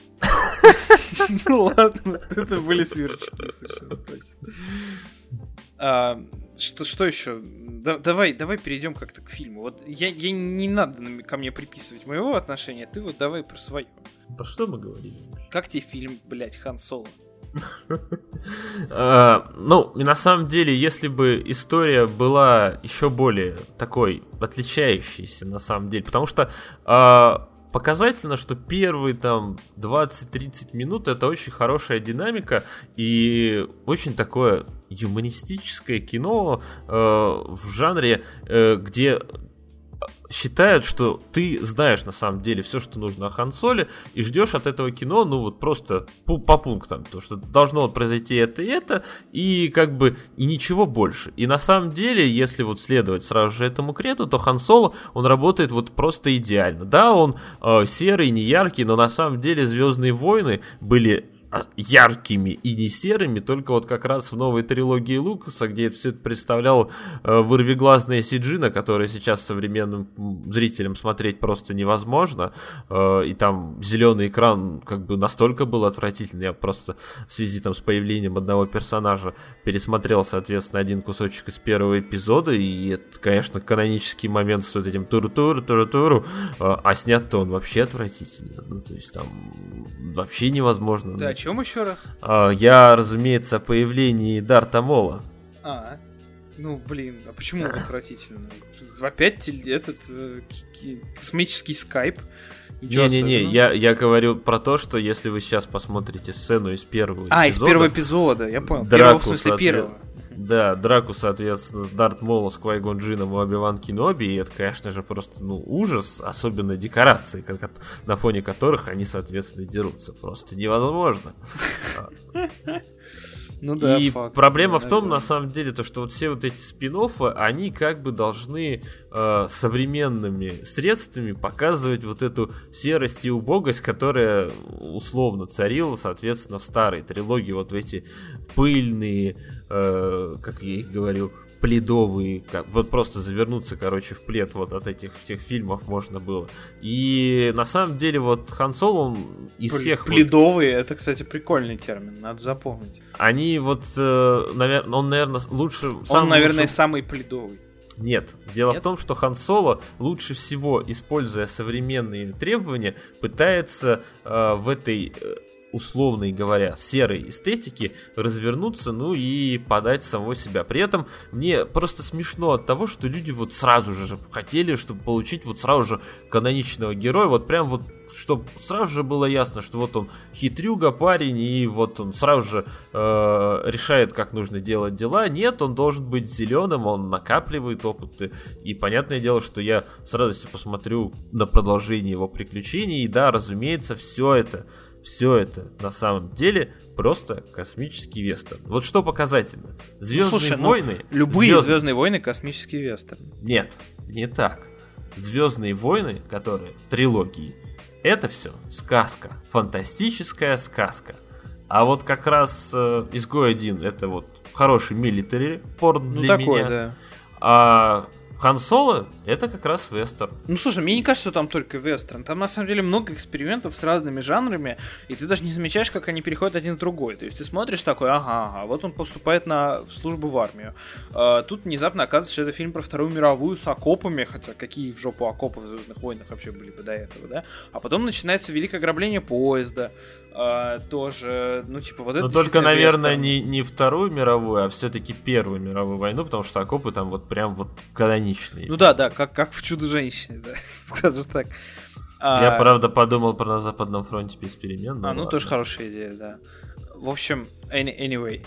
Ну ладно, это были сверчки, совершенно точно. А, что, что еще? Да, давай, давай перейдем как-то к фильму. Вот я, я не надо ко мне приписывать моего отношения, ты вот давай про свое. Про что мы говорим? Как тебе фильм, блядь, Хан Соло? Ну, на самом деле, если бы история была еще более такой отличающейся, на самом деле, потому что показательно, что первые там двадцать-тридцать минут это очень хорошая динамика и очень такое юмористическое кино э, в жанре, э, где считают, что ты знаешь на самом деле все, что нужно о Хан Соле, и ждешь от этого кино, ну вот просто по, по пунктам, то что должно вот произойти это и это, и как бы и ничего больше. И на самом деле, если вот следовать сразу же этому креду, то Хан Соло, он работает вот просто идеально. Да, он э, серый, не яркий, но на самом деле «Звездные войны» были яркими и не серыми, только вот как раз в новой трилогии Лукаса, где все это представляло э, вырвиглазное си джи, на которое сейчас современным зрителям смотреть просто невозможно, э, и там зеленый экран как бы настолько был отвратительный, я просто в связи там с появлением одного персонажа пересмотрел, соответственно, один кусочек из первого эпизода, и это, конечно, канонический момент с вот этим туру-туру-туру-туру, э, а снят-то он вообще отвратительно, ну, то есть там вообще невозможно. Да, о чем еще раз? Uh, я, разумеется, о появлении Дарта Мола. А, ну, блин, а почему отвратительно? Опять этот э, космический скайп? Не-не-не, я, я говорю про то, что если вы сейчас посмотрите сцену из первого а, эпизода... А, из первого эпизода, я понял. Драку, первого, в смысле, первого. Да, драку, соответственно, с Дарт Молом, с Квай-Гон Джинном и Оби-Ван Кеноби, и это, конечно же, просто, ну, ужас, особенно декорации, как, на фоне которых они, соответственно, дерутся. Просто невозможно. Ну да, и факт, проблема да, в том, да. на самом деле, то, что вот все вот эти спин-оффы, они как бы должны э, современными средствами показывать вот эту серость и убогость, которая условно царила, соответственно, в старой трилогии, вот в эти пыльные, э, как я и говорил, пледовые, как, вот просто завернуться, короче, в плед вот от этих всех фильмов можно было. И на самом деле вот Хан Соло, он из П- всех... Пледовые, вот, это, кстати, прикольный термин, надо запомнить. Они вот, э, навер... он, наверное, лучше... Он, наверное, лучше... самый пледовый. Нет, дело Нет? в том, что Хан Соло лучше всего, используя современные требования, пытается э, в этой... Э, условно говоря, серой эстетики развернуться, ну и подать самого себя. При этом мне просто смешно от того, что люди вот сразу же хотели, чтобы получить вот сразу же каноничного героя, вот прям вот, чтобы сразу же было ясно, что вот он хитрюга парень, и вот он сразу же э, решает, как нужно делать дела. Нет, он должен быть зеленым, он накапливает опыты. И понятное дело, что я с радостью посмотрю на продолжение его приключений. И да, разумеется, все это Все это на самом деле просто космический вестерн. Вот что показательно. Звездные ну, слушай, войны. Ну, любые звезд... Звездные войны космический вестерн. Нет, не так. Звездные войны, которые трилогии, это все сказка. Фантастическая сказка. А вот как раз э, Изгой один это вот хороший милитари порн ну, для такой, меня. Да. А Хан Соло это как раз вестерн. Ну слушай, мне не кажется, что там только вестерн. Там на самом деле много экспериментов с разными жанрами, и ты даже не замечаешь, как они переходят один в другой. То есть ты смотришь такой, ага, ага, вот он поступает на службу в армию. А, тут внезапно оказывается, что это фильм про Вторую мировую с окопами, хотя какие в жопу окопы в Звездных войнах вообще были бы до этого, да? А потом начинается великое ограбление поезда. А, тоже, ну типа вот это. Но только, наверное, не, не Вторую мировую, а все-таки Первую мировую войну, потому что окопы там вот прям вот каноничные. Ну да, да, как, как в «Чудо-женщине», да, скажем так. Я, а... правда, подумал про «На Западном фронте» без перемен. А, ну ладно. тоже хорошая идея, да. В общем, anyway.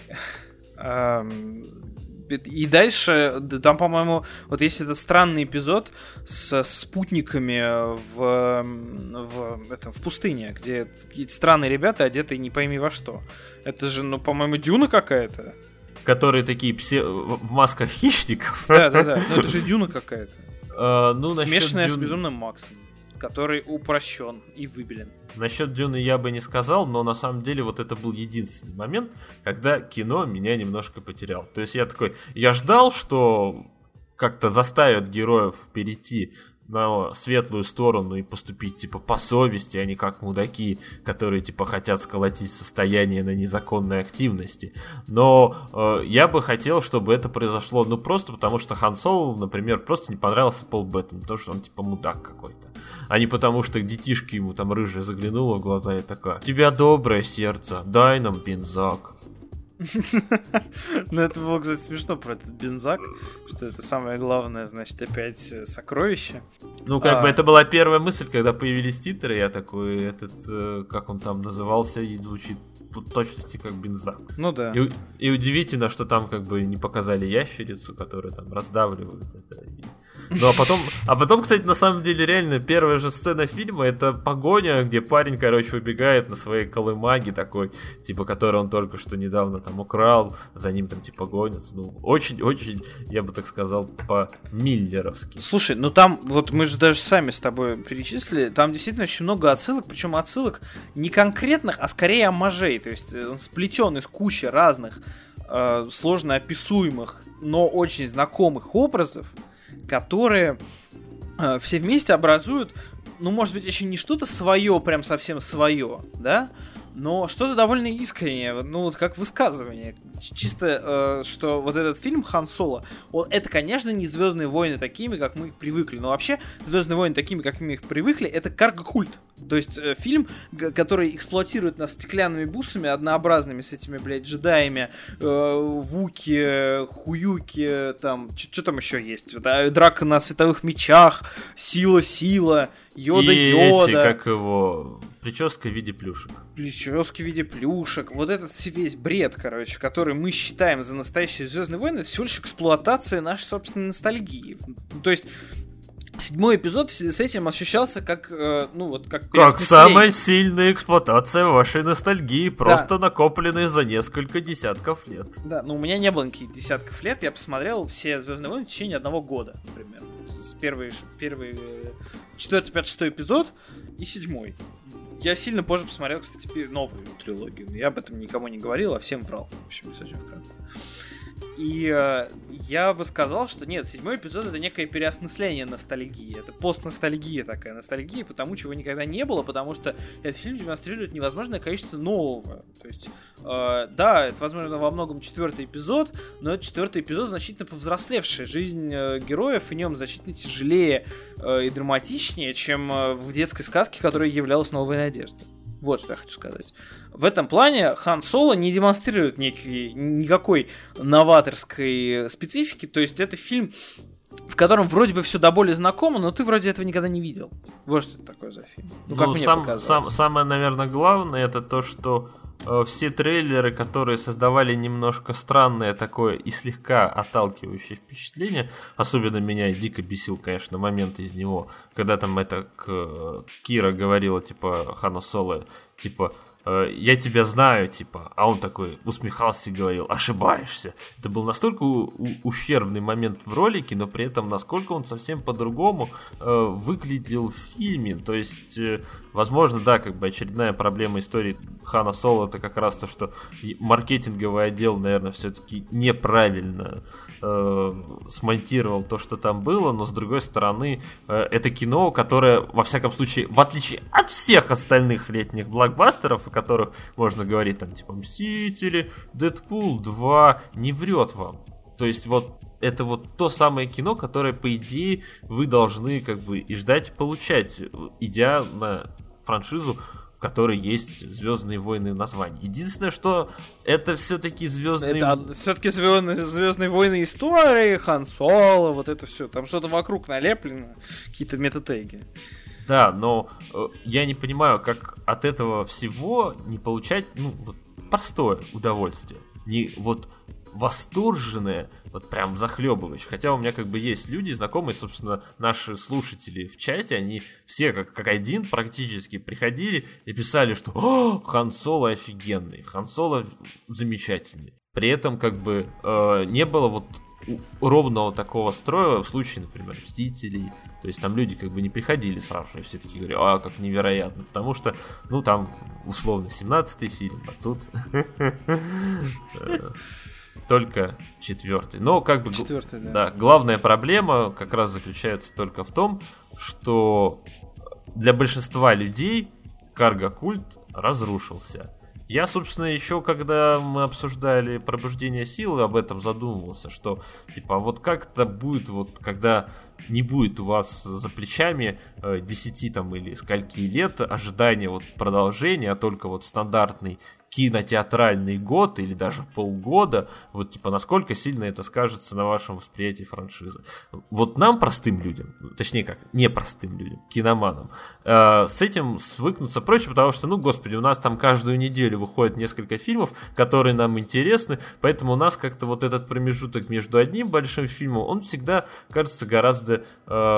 И дальше, там, по-моему, вот есть этот странный эпизод с спутниками в, в, это, в пустыне, где какие-то странные ребята, одетые не пойми во что. Это же, ну, по-моему, Дюна какая-то. Которые такие псе... в масках хищников. Да-да-да, ну это же Дюна какая-то. А, ну, смешанная Дюн... с Безумным Максом, который упрощен и выбелен. Насчет Дюны я бы не сказал, но на самом деле вот это был единственный момент, когда кино меня немножко потеряло. То есть я такой, я ждал, что как-то заставят героев перейти на светлую сторону и поступить типа по совести, а не как мудаки, которые типа хотят сколотить состояние на незаконной активности. Но э, я бы хотел, чтобы это произошло, ну просто потому, что Хан Соло, например, просто не понравился Пол Беттани, потому что он типа мудак какой-то, а не потому, что детишки ему там рыжая заглянула в глаза и такая: «У тебя доброе сердце, дай нам бензак». Ну, это было, кстати, смешно про этот бензак, что это самое главное, значит, опять сокровище. Ну, как а... бы это была первая мысль, когда появились титры, я такой, этот, э, как он там назывался, и звучит в точности как бензак. Ну да. И, и удивительно, что там как бы не показали ящерицу, которая там раздавливает это. Ну, а потом, а потом, кстати, на самом деле, реально, первая же сцена фильма — это погоня, где парень, короче, убегает на своей колымаге такой, типа, который он только что недавно там украл, за ним там, типа, гонятся. Ну, очень-очень, я бы так сказал, по-миллеровски. Слушай, ну там, вот мы же даже сами с тобой перечислили, там действительно очень много отсылок, причем отсылок не конкретных, а скорее омажей. То есть он сплетен из кучи разных э, сложно описуемых, но очень знакомых образов, которые э, все вместе образуют, ну, может быть, еще не что-то свое, прям совсем свое, да, но что-то довольно искреннее, ну, вот как высказывание. Чисто, э, что вот этот фильм «Хан Соло», он, это, конечно, не «Звездные войны» такими, как мы их привыкли, но вообще «Звездные войны» такими, как мы их привыкли, это карго-культ. То есть э, фильм, г- который эксплуатирует нас стеклянными бусами, однообразными, с этими, блядь, джедаями, э, вуки, хуюки, там, что там еще есть? Да, драка на световых мечах, сила-сила, Йода-Йода. И эти, как его, прическа в виде плюшек. Прически в виде плюшек. Вот этот весь бред, короче, который мы считаем за настоящие «Звездные войны», это всего лишь эксплуатация нашей собственной ностальгии. То есть седьмой эпизод в связи с этим ощущался как, э, ну вот, как Как самая сильная эксплуатация вашей ностальгии, просто да. накопленной за несколько десятков лет. Да, но у меня не было никаких десятков лет, я посмотрел все «Звездные войны» в течение одного года, например. С первый, первый, четвертый, пятый, шестой эпизод и седьмой. Я сильно позже посмотрел, кстати, новую трилогию. Я об этом никому не говорил, а всем врал. В общем, если очень вкратце. И э, я бы сказал, что нет, седьмой эпизод — это некое переосмысление ностальгии. Это постностальгия такая, ностальгия по тому, чего никогда не было, потому что этот фильм демонстрирует невозможное количество нового. То есть, э, да, это, возможно, во многом четвертый эпизод, но это четвертый эпизод значительно повзрослевший. Жизнь э, героев в нем значительно тяжелее э, и драматичнее, чем э, в детской сказке, которая являлась «Новой надеждой». Вот что я хочу сказать. В этом плане Хан Соло не демонстрирует некий, никакой новаторской специфики. То есть это фильм, в котором вроде бы все до боли знакомо, но ты вроде этого никогда не видел. Вот что это такое за фильм. Ну, как ну, мне сам, показалось. сам, самое, наверное, главное, это то, что э, все трейлеры, которые создавали немножко странное такое и слегка отталкивающее впечатление, особенно меня дико бесил, конечно, момент из него, когда там это к, Кира говорила, типа, Хану Соло, типа, я тебя знаю, типа, а он такой усмехался и говорил, ошибаешься. Это был настолько у- у- ущербный момент в ролике, но при этом насколько он совсем по-другому э, выглядел в фильме. То есть, э, возможно, да, как бы очередная проблема истории Хана Соло, это как раз то, что маркетинговый отдел, наверное, все-таки неправильно э, смонтировал то, что там было, но с другой стороны, э, это кино, которое, во всяком случае, в отличие от всех остальных летних блокбастеров, о которых можно говорить, там, типа, Мстители, Дэдпул два, не врет вам. То есть, вот, это вот то самое кино, которое, по идее, вы должны, как бы, и ждать, и получать, идя на франшизу, в которой есть «Звездные войны» название. Единственное, что это все-таки «Звездные...» Это все-таки звездные, «Звездные войны» истории, Хан Соло, вот это все. Там что-то вокруг налеплено, какие-то метатеги. Да, но э, я не понимаю, как от этого всего не получать, ну, вот, простое удовольствие. Не вот восторженное, вот прям захлебывающее. Хотя у меня как бы есть люди, знакомые, собственно, наши слушатели в чате, они все как, как один практически приходили и писали, что «О, Хан Соло офигенный, Хан Соло замечательный». При этом как бы э, не было вот ровного такого строя в случае, например, Мстителей. То есть там люди как бы не приходили сразу, и все таки говорят, а, как невероятно. Потому что, ну, там, условно, семнадцатый фильм, а тут только четвертый. Но как бы... Четвертый, да. Да, главная проблема как раз заключается только в том, что для большинства людей карго-культ разрушился. Я, собственно, еще когда мы обсуждали пробуждение силы, об этом задумывался, что, типа, вот как это будет, вот, когда не будет у вас за плечами э, десяти там или скольки лет ожидания вот продолжения, а только вот стандартный кинотеатральный год или даже полгода, вот типа насколько сильно это скажется на вашем восприятии франшизы. Вот нам, простым людям, точнее как, непростым людям, киноманам, э, с этим свыкнуться проще, потому что, ну, господи, у нас там каждую неделю выходит несколько фильмов, которые нам интересны, поэтому у нас как-то вот этот промежуток между одним большим фильмом, он всегда кажется гораздо, э,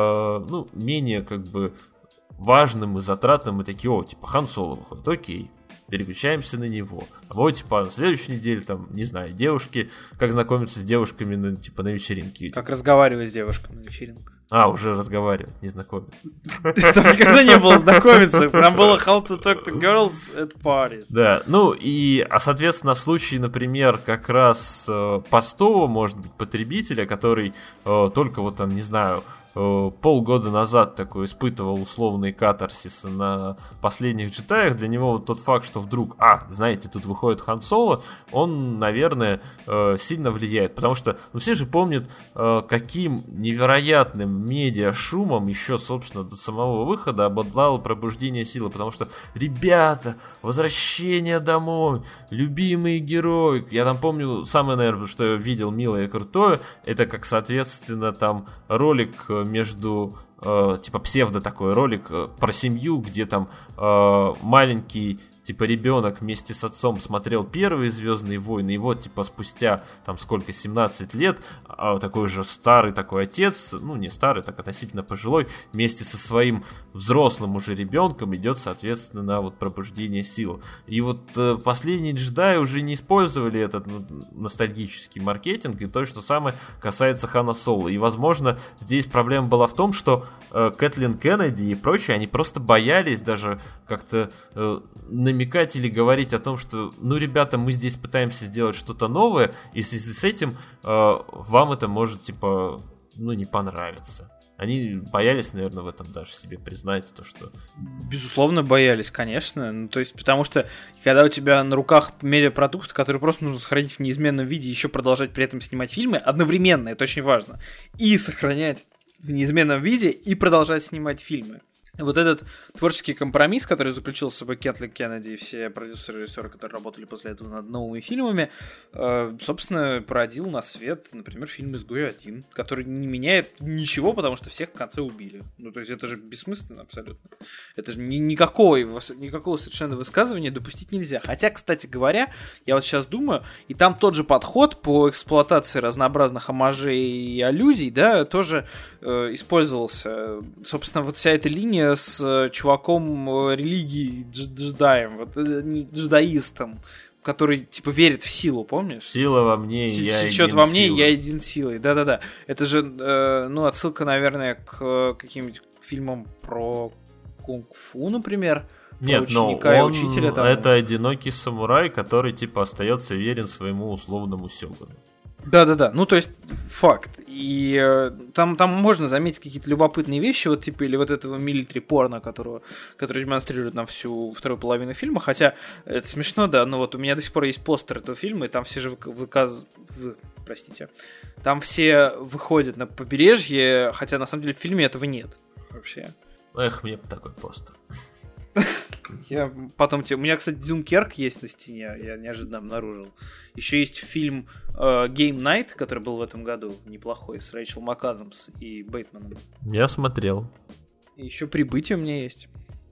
ну, менее как бы важным и затратным, и такие, о, типа, Хан Соло выходит, окей. Переключаемся на него. А вот, типа, на следующей неделе, там, не знаю, девушки, как знакомиться с девушками, на, типа, на вечеринке. Как разговаривать с девушками на вечеринках. А, уже разговаривать, не знакомиться. Там никогда не было знакомиться. Там было how to talk to girls at parties. Да, ну и, а соответственно, в случае, например, как раз э, постового, может быть, потребителя, который э, только вот там, не знаю, э, полгода назад такой испытывал условные катарсисы на последних джедаях, для него вот тот факт, что вдруг, а, знаете, тут выходит Хан Соло, он, наверное, э, сильно влияет, потому что, ну, все же помнят, э, каким невероятным медиа шумом еще, собственно, до самого выхода обладало пробуждение силы, потому что, ребята, возвращение домой, любимые герои, я там помню, самое, наверное, что я видел милое и крутое, это как, соответственно, там ролик между, э, типа псевдо такой ролик э, про семью, где там э, маленький типа ребенок вместе с отцом смотрел первые «Звездные войны», и вот типа спустя там сколько, семнадцать лет, такой же старый такой отец, ну не старый, так относительно пожилой, вместе со своим взрослым уже ребенком идет, соответственно, на вот пробуждение сил. И вот э, последние джедаи уже не использовали этот ну, ностальгический маркетинг, и то же самое касается Хана Соло. И, возможно, здесь проблема была в том, что э, Кэтлин Кеннеди и прочие, они просто боялись даже как-то э, намекать или говорить о том, что, ну, ребята, мы здесь пытаемся сделать что-то новое, и в связи с этим э, вам это может, типа, ну, не понравиться. Они боялись, наверное, в этом даже себе признать, то, что... Безусловно, боялись, конечно. Ну, то есть, потому что, когда у тебя на руках медиапродукт, который просто нужно сохранить в неизменном виде, еще продолжать при этом снимать фильмы, одновременно, это очень важно, и сохранять в неизменном виде, и продолжать снимать фильмы. Вот этот творческий компромисс, который заключил с собой Кэтлин Кеннеди и все продюсеры и режиссеры, которые работали после этого над новыми фильмами, э, собственно, породил на свет, например, фильм «Изгой один», который не меняет ничего, потому что всех в конце убили. Ну, то есть это же бессмысленно абсолютно. Это же ни, никакого, никакого совершенно высказывания допустить нельзя. Хотя, кстати говоря, я вот сейчас думаю, и там тот же подход по эксплуатации разнообразных омажей и аллюзий, да, тоже э, использовался. Собственно, вот вся эта линия с чуваком религии джедаем, вот, не джедаистом, который, типа, верит в силу, помнишь? Сила во мне, С- я Счет един во мне, силой. я един силой. Да-да-да. Это же, э, ну, отсылка, наверное, к каким-нибудь фильмам про кунг-фу, например. Нет, но он учителя, там. Это одинокий самурай, который, типа, остается верен своему условному сёгуну. Да-да-да, ну то есть факт. И э, там, там можно заметить какие-то любопытные вещи, вот типа или вот этого милитари порно, которого, который демонстрирует нам всю вторую половину фильма, хотя это смешно, да, но вот у меня до сих пор есть постер этого фильма, и там все же выказ... Вы... простите, там все выходят на побережье, хотя на самом деле в фильме этого нет вообще. Эх, мне бы такой постер. Я потом тебе... У меня, кстати, Дюнкерк есть на стене, я неожиданно обнаружил. Еще есть фильм э, Game Night, который был в этом году, неплохой, с Рэйчел МакАдамс и Бейтманом. Я смотрел. И еще «Прибытие» у меня есть.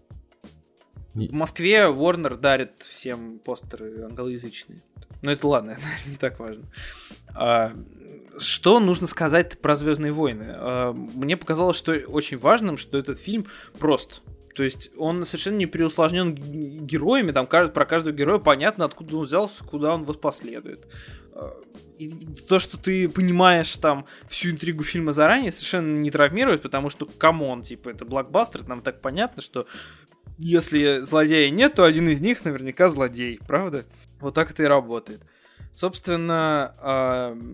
Не... В Москве Warner дарит всем постеры англоязычные. Но это ладно, это не так важно. А, что нужно сказать про «Звездные войны»? А, мне показалось, что очень важным, что этот фильм прост. То есть он совершенно не переусложнен героями, там про каждого героя понятно, откуда он взялся, куда он последует. И то, что ты понимаешь там всю интригу фильма заранее, совершенно не травмирует, потому что, камон, типа, это блокбастер, нам так понятно, что если злодея нет, то один из них наверняка злодей, правда? Вот так это и работает. Собственно,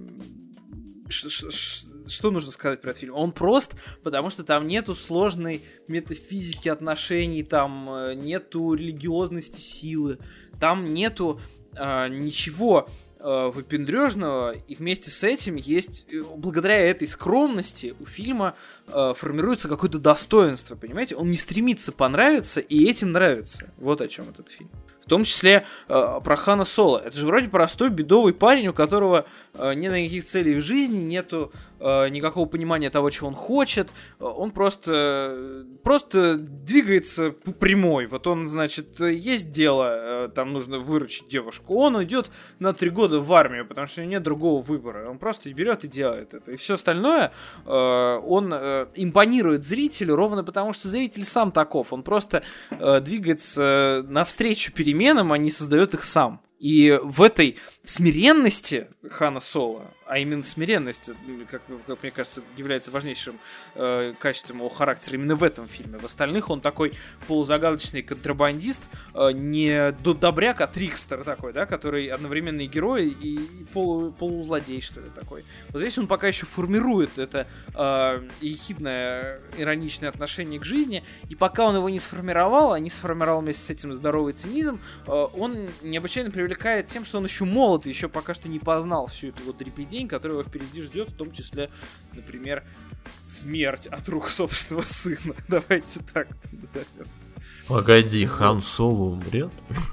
что нужно сказать про этот фильм? Он прост, потому что там нету сложной метафизики отношений, там нету религиозности силы, там нету э, ничего э, выпендрежного, и вместе с этим есть, благодаря этой скромности у фильма э, формируется какое-то достоинство, понимаете? Он не стремится понравиться, и этим нравится. Вот о чем этот фильм. В том числе э, про Хана Соло. Это же вроде простой бедовый парень, у которого э, нет никаких целей в жизни, нету э, никакого понимания того, чего он хочет. Он просто, просто двигается по прямой. Вот он, значит, есть дело, э, там нужно выручить девушку. Он идет на три года в армию, потому что у него нет другого выбора. Он просто берет и делает это. И все остальное э, он э, импонирует зрителю ровно потому, что зритель сам таков. Он просто э, двигается навстречу переменам, а не создает их сам. И в этой смиренности Хана Соло, а именно смиренность, как, как мне кажется, является важнейшим э, качеством его характера именно в этом фильме. В остальных он такой полузагадочный контрабандист, э, не добряк, а трикстер такой, да, который одновременно и герой, и, и полу, полузлодей, что ли, такой. Вот здесь он пока еще формирует это э, ехидное, ироничное отношение к жизни, и пока он его не сформировал, а не сформировал вместе с этим здоровый цинизм, э, он необычайно привлекает тем, что он еще молод, и еще пока что не познал всю эту вот дребедень, которая его впереди ждет, в том числе, например, смерть от рук собственного сына. Давайте так назовем. Погоди, Хан Соло умрет?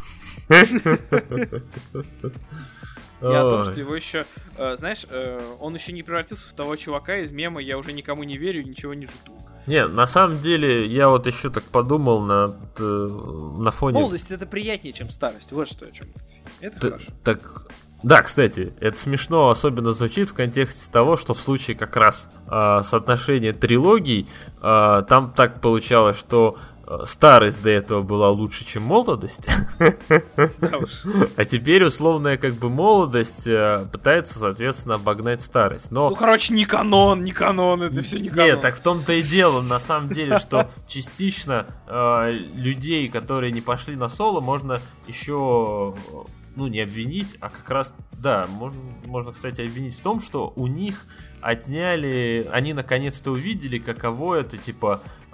Я о том, что его еще, э, знаешь, э, он еще не превратился в того чувака из мема «Я уже никому не верю, ничего не жду». Не, на самом деле, я вот еще так подумал над, э, на фоне... Молодость — это приятнее, чем старость. Вот что о чем этот фильм. Это Т- хорошо. Так, да, кстати, это смешно особенно звучит в контексте того, что в случае как раз э, соотношения трилогий, э, там так получалось, что старость до этого была лучше, чем молодость. А теперь условная как бы молодость пытается, соответственно, обогнать старость. Но... Ну, короче, не канон, не канон, это все не канон. Нет, так в том-то и дело, на самом деле, что частично э, людей, которые не пошли на соло, можно еще, ну, не обвинить, а как раз, да, можно, можно, кстати, обвинить в том, что у них отняли, они наконец-то увидели, каково это, типа,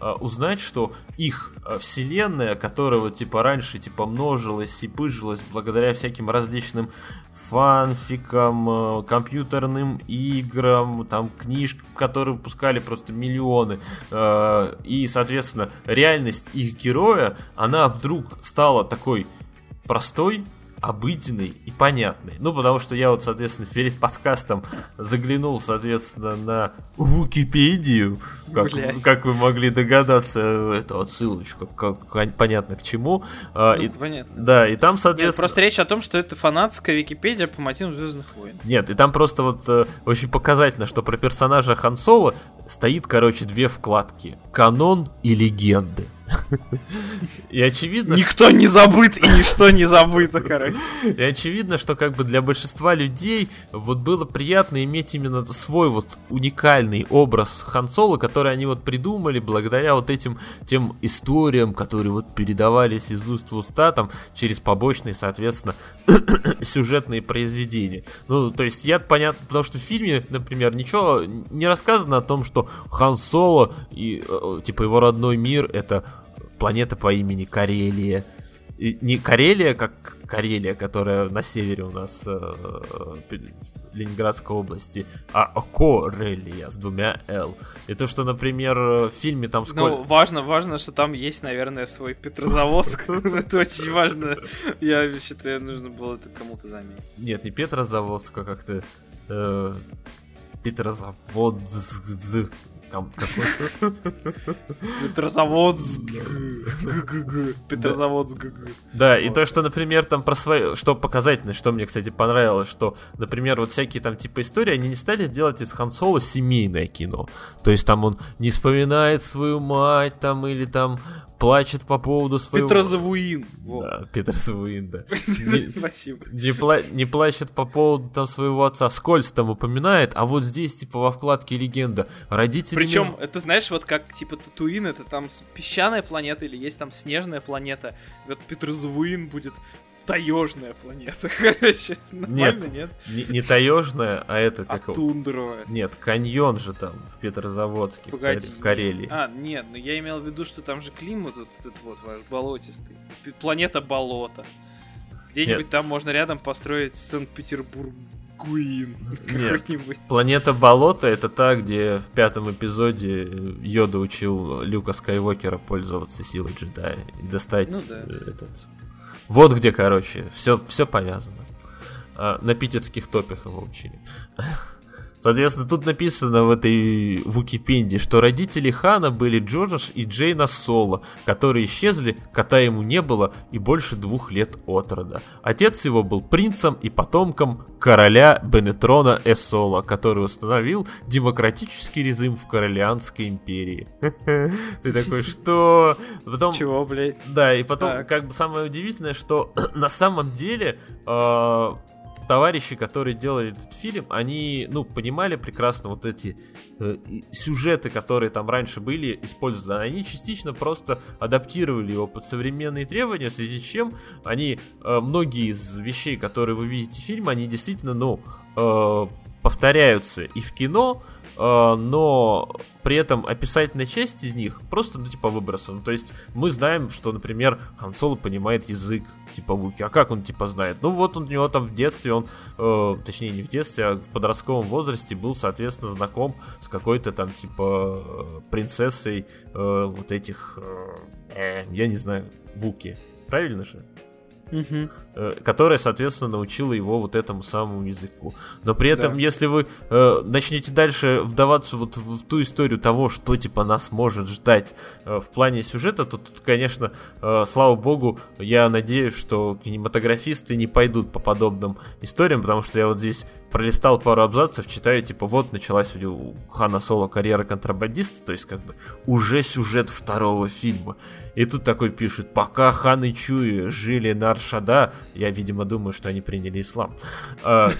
э, узнать, что их э, вселенная, которая вот типа раньше типа множилась и пыжилась благодаря всяким различным фанфикам, э, компьютерным играм, там книжкам, которые выпускали просто миллионы, э, и, соответственно, реальность их героя, она вдруг стала такой простой, обыденный и понятный. Ну, потому что я вот, соответственно, перед подкастом заглянул, соответственно, на Википедию, как, как вы могли догадаться, это отсылочка, как, как, понятно к чему. Ну, и, понятно. Да, и там, соответственно... Нет, просто речь о том, что это фанатская Википедия по мотивам «Звездных войн». Нет, и там просто вот э, очень показательно, что про персонажа Хан Соло стоит, короче, две вкладки: канон и легенды. И очевидно... Никто не забыт и ничто не забыто, короче. И очевидно, что как бы для большинства людей вот было приятно иметь именно свой вот уникальный образ Хан Соло, который они вот придумали благодаря вот этим тем историям, которые вот передавались из уст в уста, там, через побочные, соответственно, сюжетные произведения. Ну, то есть я, понятно, потому что в фильме, например, ничего не рассказано о том, что Хан Соло и, типа, его родной мир — это планета по имени Карелия. И не Карелия, как Карелия, которая на севере у нас э, э, Ленинградской области, а Корелия с двумя «Л». И то, что, например, в фильме там сколько... Ну, важно, важно, что там есть, наверное, свой Петрозаводск. Это очень важно. Я считаю, нужно было это кому-то заметить. Нет, не Петрозаводск, а как-то... Петрозаводск... Петрозаводск. Петрозаводск. Да, и то, что, например, там про свои... Что показательно, что мне, кстати, понравилось, что, например, вот всякие там типа истории, они не стали делать из Хан Соло семейное кино. То есть там он не вспоминает свою мать, там, или там плачет по поводу своего... Петрозавуин. Да, Петрозавуин, да. Спасибо. Не, пла... не плачет по поводу там своего отца, вскользь там упоминает, а вот здесь, типа, во вкладке «Легенда» родители... Причем, это, знаешь, вот как, типа, Татуин, это там песчаная планета или есть там снежная планета. Вот Петрозавуин будет таежная планета. Короче, нормально, нет? Нет, не, не таежная, а это как... А тундровая. Нет, каньон же там в Петрозаводске, Погоди, в Карелии. А, нет, ну я имел в виду, что там же климат вот этот вот ваш болотистый. Планета болота. Где-нибудь нет. Там можно рядом построить Санкт-Петербург. Гуин. Нет, планета болота — это та, где в пятом эпизоде Йода учил Люка Скайуокера пользоваться силой джедая и достать ну, да. этот... Вот где, короче, все, все повязано. А, на питерских топях его учили. Соответственно, тут написано в этой Википедии, что родители Хана были Джордж и Джейна Соло, которые исчезли, кота ему не было и больше двух лет от рода. Отец его был принцем и потомком короля Бенетрона Эсола, который установил демократический режим в Корелианской империи. Ты такой, что? Потом... Чего, блядь? Да, и потом, как бы самое удивительное, что на самом деле... товарищи, которые делали этот фильм, они, ну, понимали прекрасно вот эти э, сюжеты, которые там раньше были использованы. Они частично просто адаптировали его под современные требования, в связи с чем они, э, многие из вещей, которые вы видите в фильме, они действительно, ну, э, повторяются и в кино, э, но при этом описательная часть из них просто, ну, типа, выбросана. То есть мы знаем, что, например, Хан Соло понимает язык типа Вуки. А как он, типа, знает? Ну, вот он, у него там в детстве, он, э, точнее, не в детстве, а в подростковом возрасте был, соответственно, знаком с какой-то там, типа, э, принцессой э, вот этих, э, я не знаю, Вуки. Правильно же? Uh-huh. Которая, соответственно, научила его вот этому самому языку. Но при этом, да. если вы э, начнете дальше вдаваться вот в, в ту историю того, что типа нас может ждать э, в плане сюжета, то тут, конечно, э, слава богу, я надеюсь, что кинематографисты не пойдут по подобным историям, потому что я вот здесь пролистал пару абзацев, читаю, типа, вот началась у Хана Соло карьера контрабандиста, то есть как бы уже сюжет второго фильма. И тут такой пишет: пока Хан и Чуи жили на Аршада, я, видимо, думаю, что они приняли ислам, к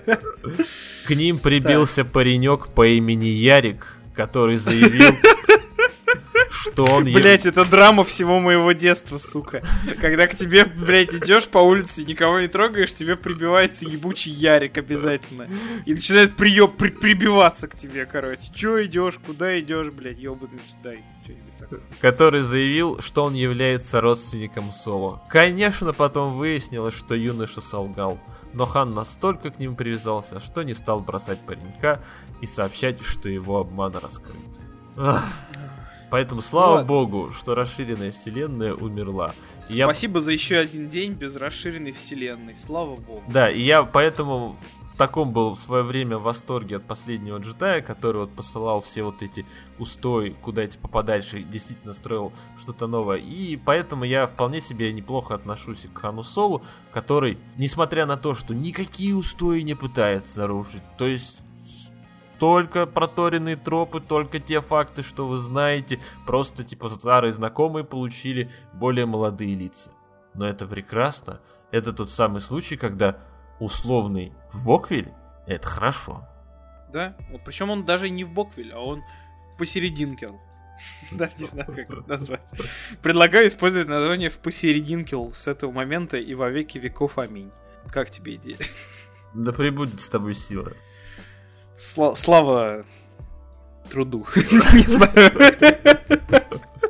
ним прибился паренек по имени Ярик, который заявил, что он... Блять, это драма всего моего детства, сука. Когда к тебе, блять, идешь по улице и никого не трогаешь, тебе прибивается ебучий Ярик обязательно. И начинает приё... при... прибиваться к тебе, короче. Чё идешь, куда идешь, блять, ёбаный дай. Который заявил, что он является родственником Соло. Конечно, потом выяснилось, что юноша солгал, но Хан настолько к ним привязался, что не стал бросать паренька и сообщать, что его обман раскрыт. Ах. Поэтому слава вот. Богу, что расширенная вселенная умерла. И Спасибо я... за еще один день без расширенной вселенной, слава богу. Да, и я поэтому... В таком был в свое время в восторге от последнего джедая, который вот посылал все вот эти устои куда-то подальше, действительно строил что-то новое. И поэтому я вполне себе неплохо отношусь к Хану Солу, который, несмотря на то, что никакие устои не пытается нарушить, то есть только проторенные тропы, только те факты, что вы знаете, просто типа старые знакомые получили более молодые лица. Но это прекрасно. Это тот самый случай, когда условный в Боквиле — это хорошо. Да, причем он даже не в Боквиле, а он посерединке. Даже не знаю, как это назвать. Предлагаю использовать название в посерединке с этого момента и во веки веков. Аминь. Как тебе идея? Да пребудет с тобой сила. Сла- слава труду. Не знаю.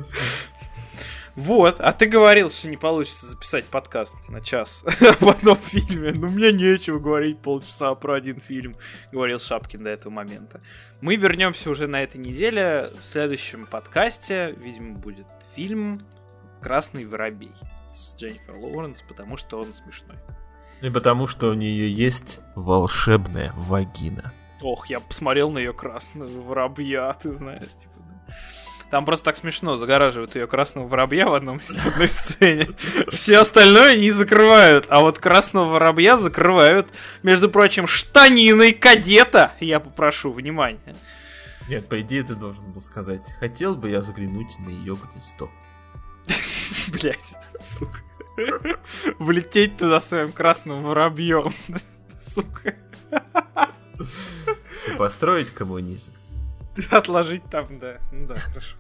Вот, а ты говорил, что не получится записать подкаст на час об одном фильме. Ну, мне нечего говорить полчаса про один фильм, говорил Шапкин до этого момента. Мы вернемся уже на этой неделе. В следующем подкасте, видимо, будет фильм «Красный воробей» с Дженнифер Лоуренс, потому что он смешной. И потому что у нее есть волшебная вагина. Ох, я посмотрел на ее красного воробья, ты знаешь, типа. Там просто так смешно, загораживают ее красного воробья в одном, в одной сцене. Все остальное не закрывают, а вот красного воробья закрывают, между прочим, штаниной кадета. Я попрошу внимания. Нет, по идее ты должен был сказать: хотел бы я взглянуть на ее гнездо. Блять, сука. Влететь туда своим красным воробьем. Сука. И построить коммунизм. Отложить там, да. Ну да, хорошо.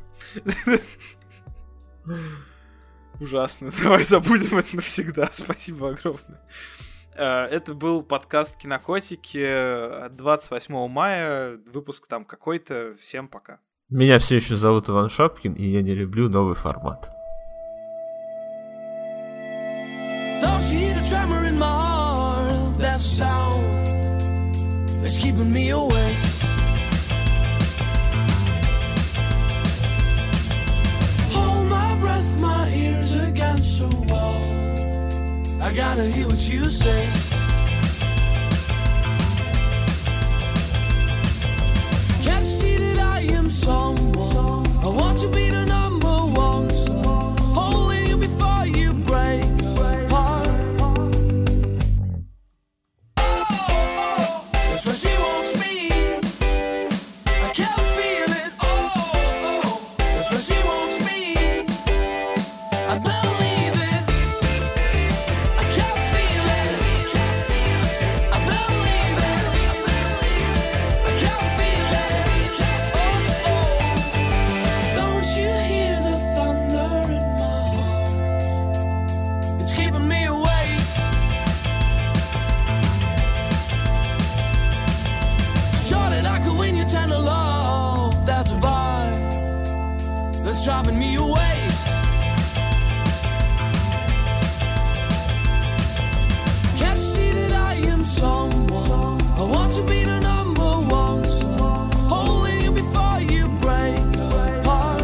Ужасно. Давай забудем это навсегда. Спасибо огромное. Это был подкаст «Кинокотики» от двадцать восьмого мая. Выпуск там какой-то. Всем пока. Меня все еще зовут Иван Шапкин, и я не люблю новый формат. I gotta hear what you say. Can't see that I am someone. I want to be the number one, so holding you before you break apart. Oh, oh, that's what she wants me. I can't feel it. Oh, oh, that's what she wants me. I believe it. Driving me away. Can't see that I am someone. I want to be the number one, so holding you before you break apart.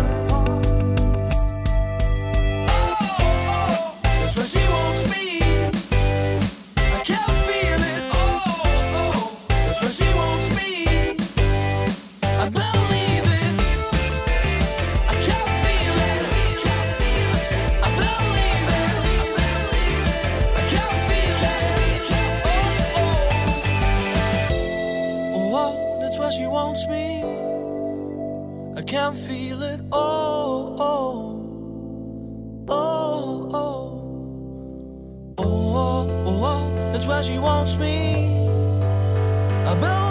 Oh, oh, that's what she wants me. I can't feel it. Oh, oh, that's what she wants me. I believe it. She wants me. I can't feel it. Oh, oh, oh, oh, oh, oh, oh. That's why she wants me. I believe.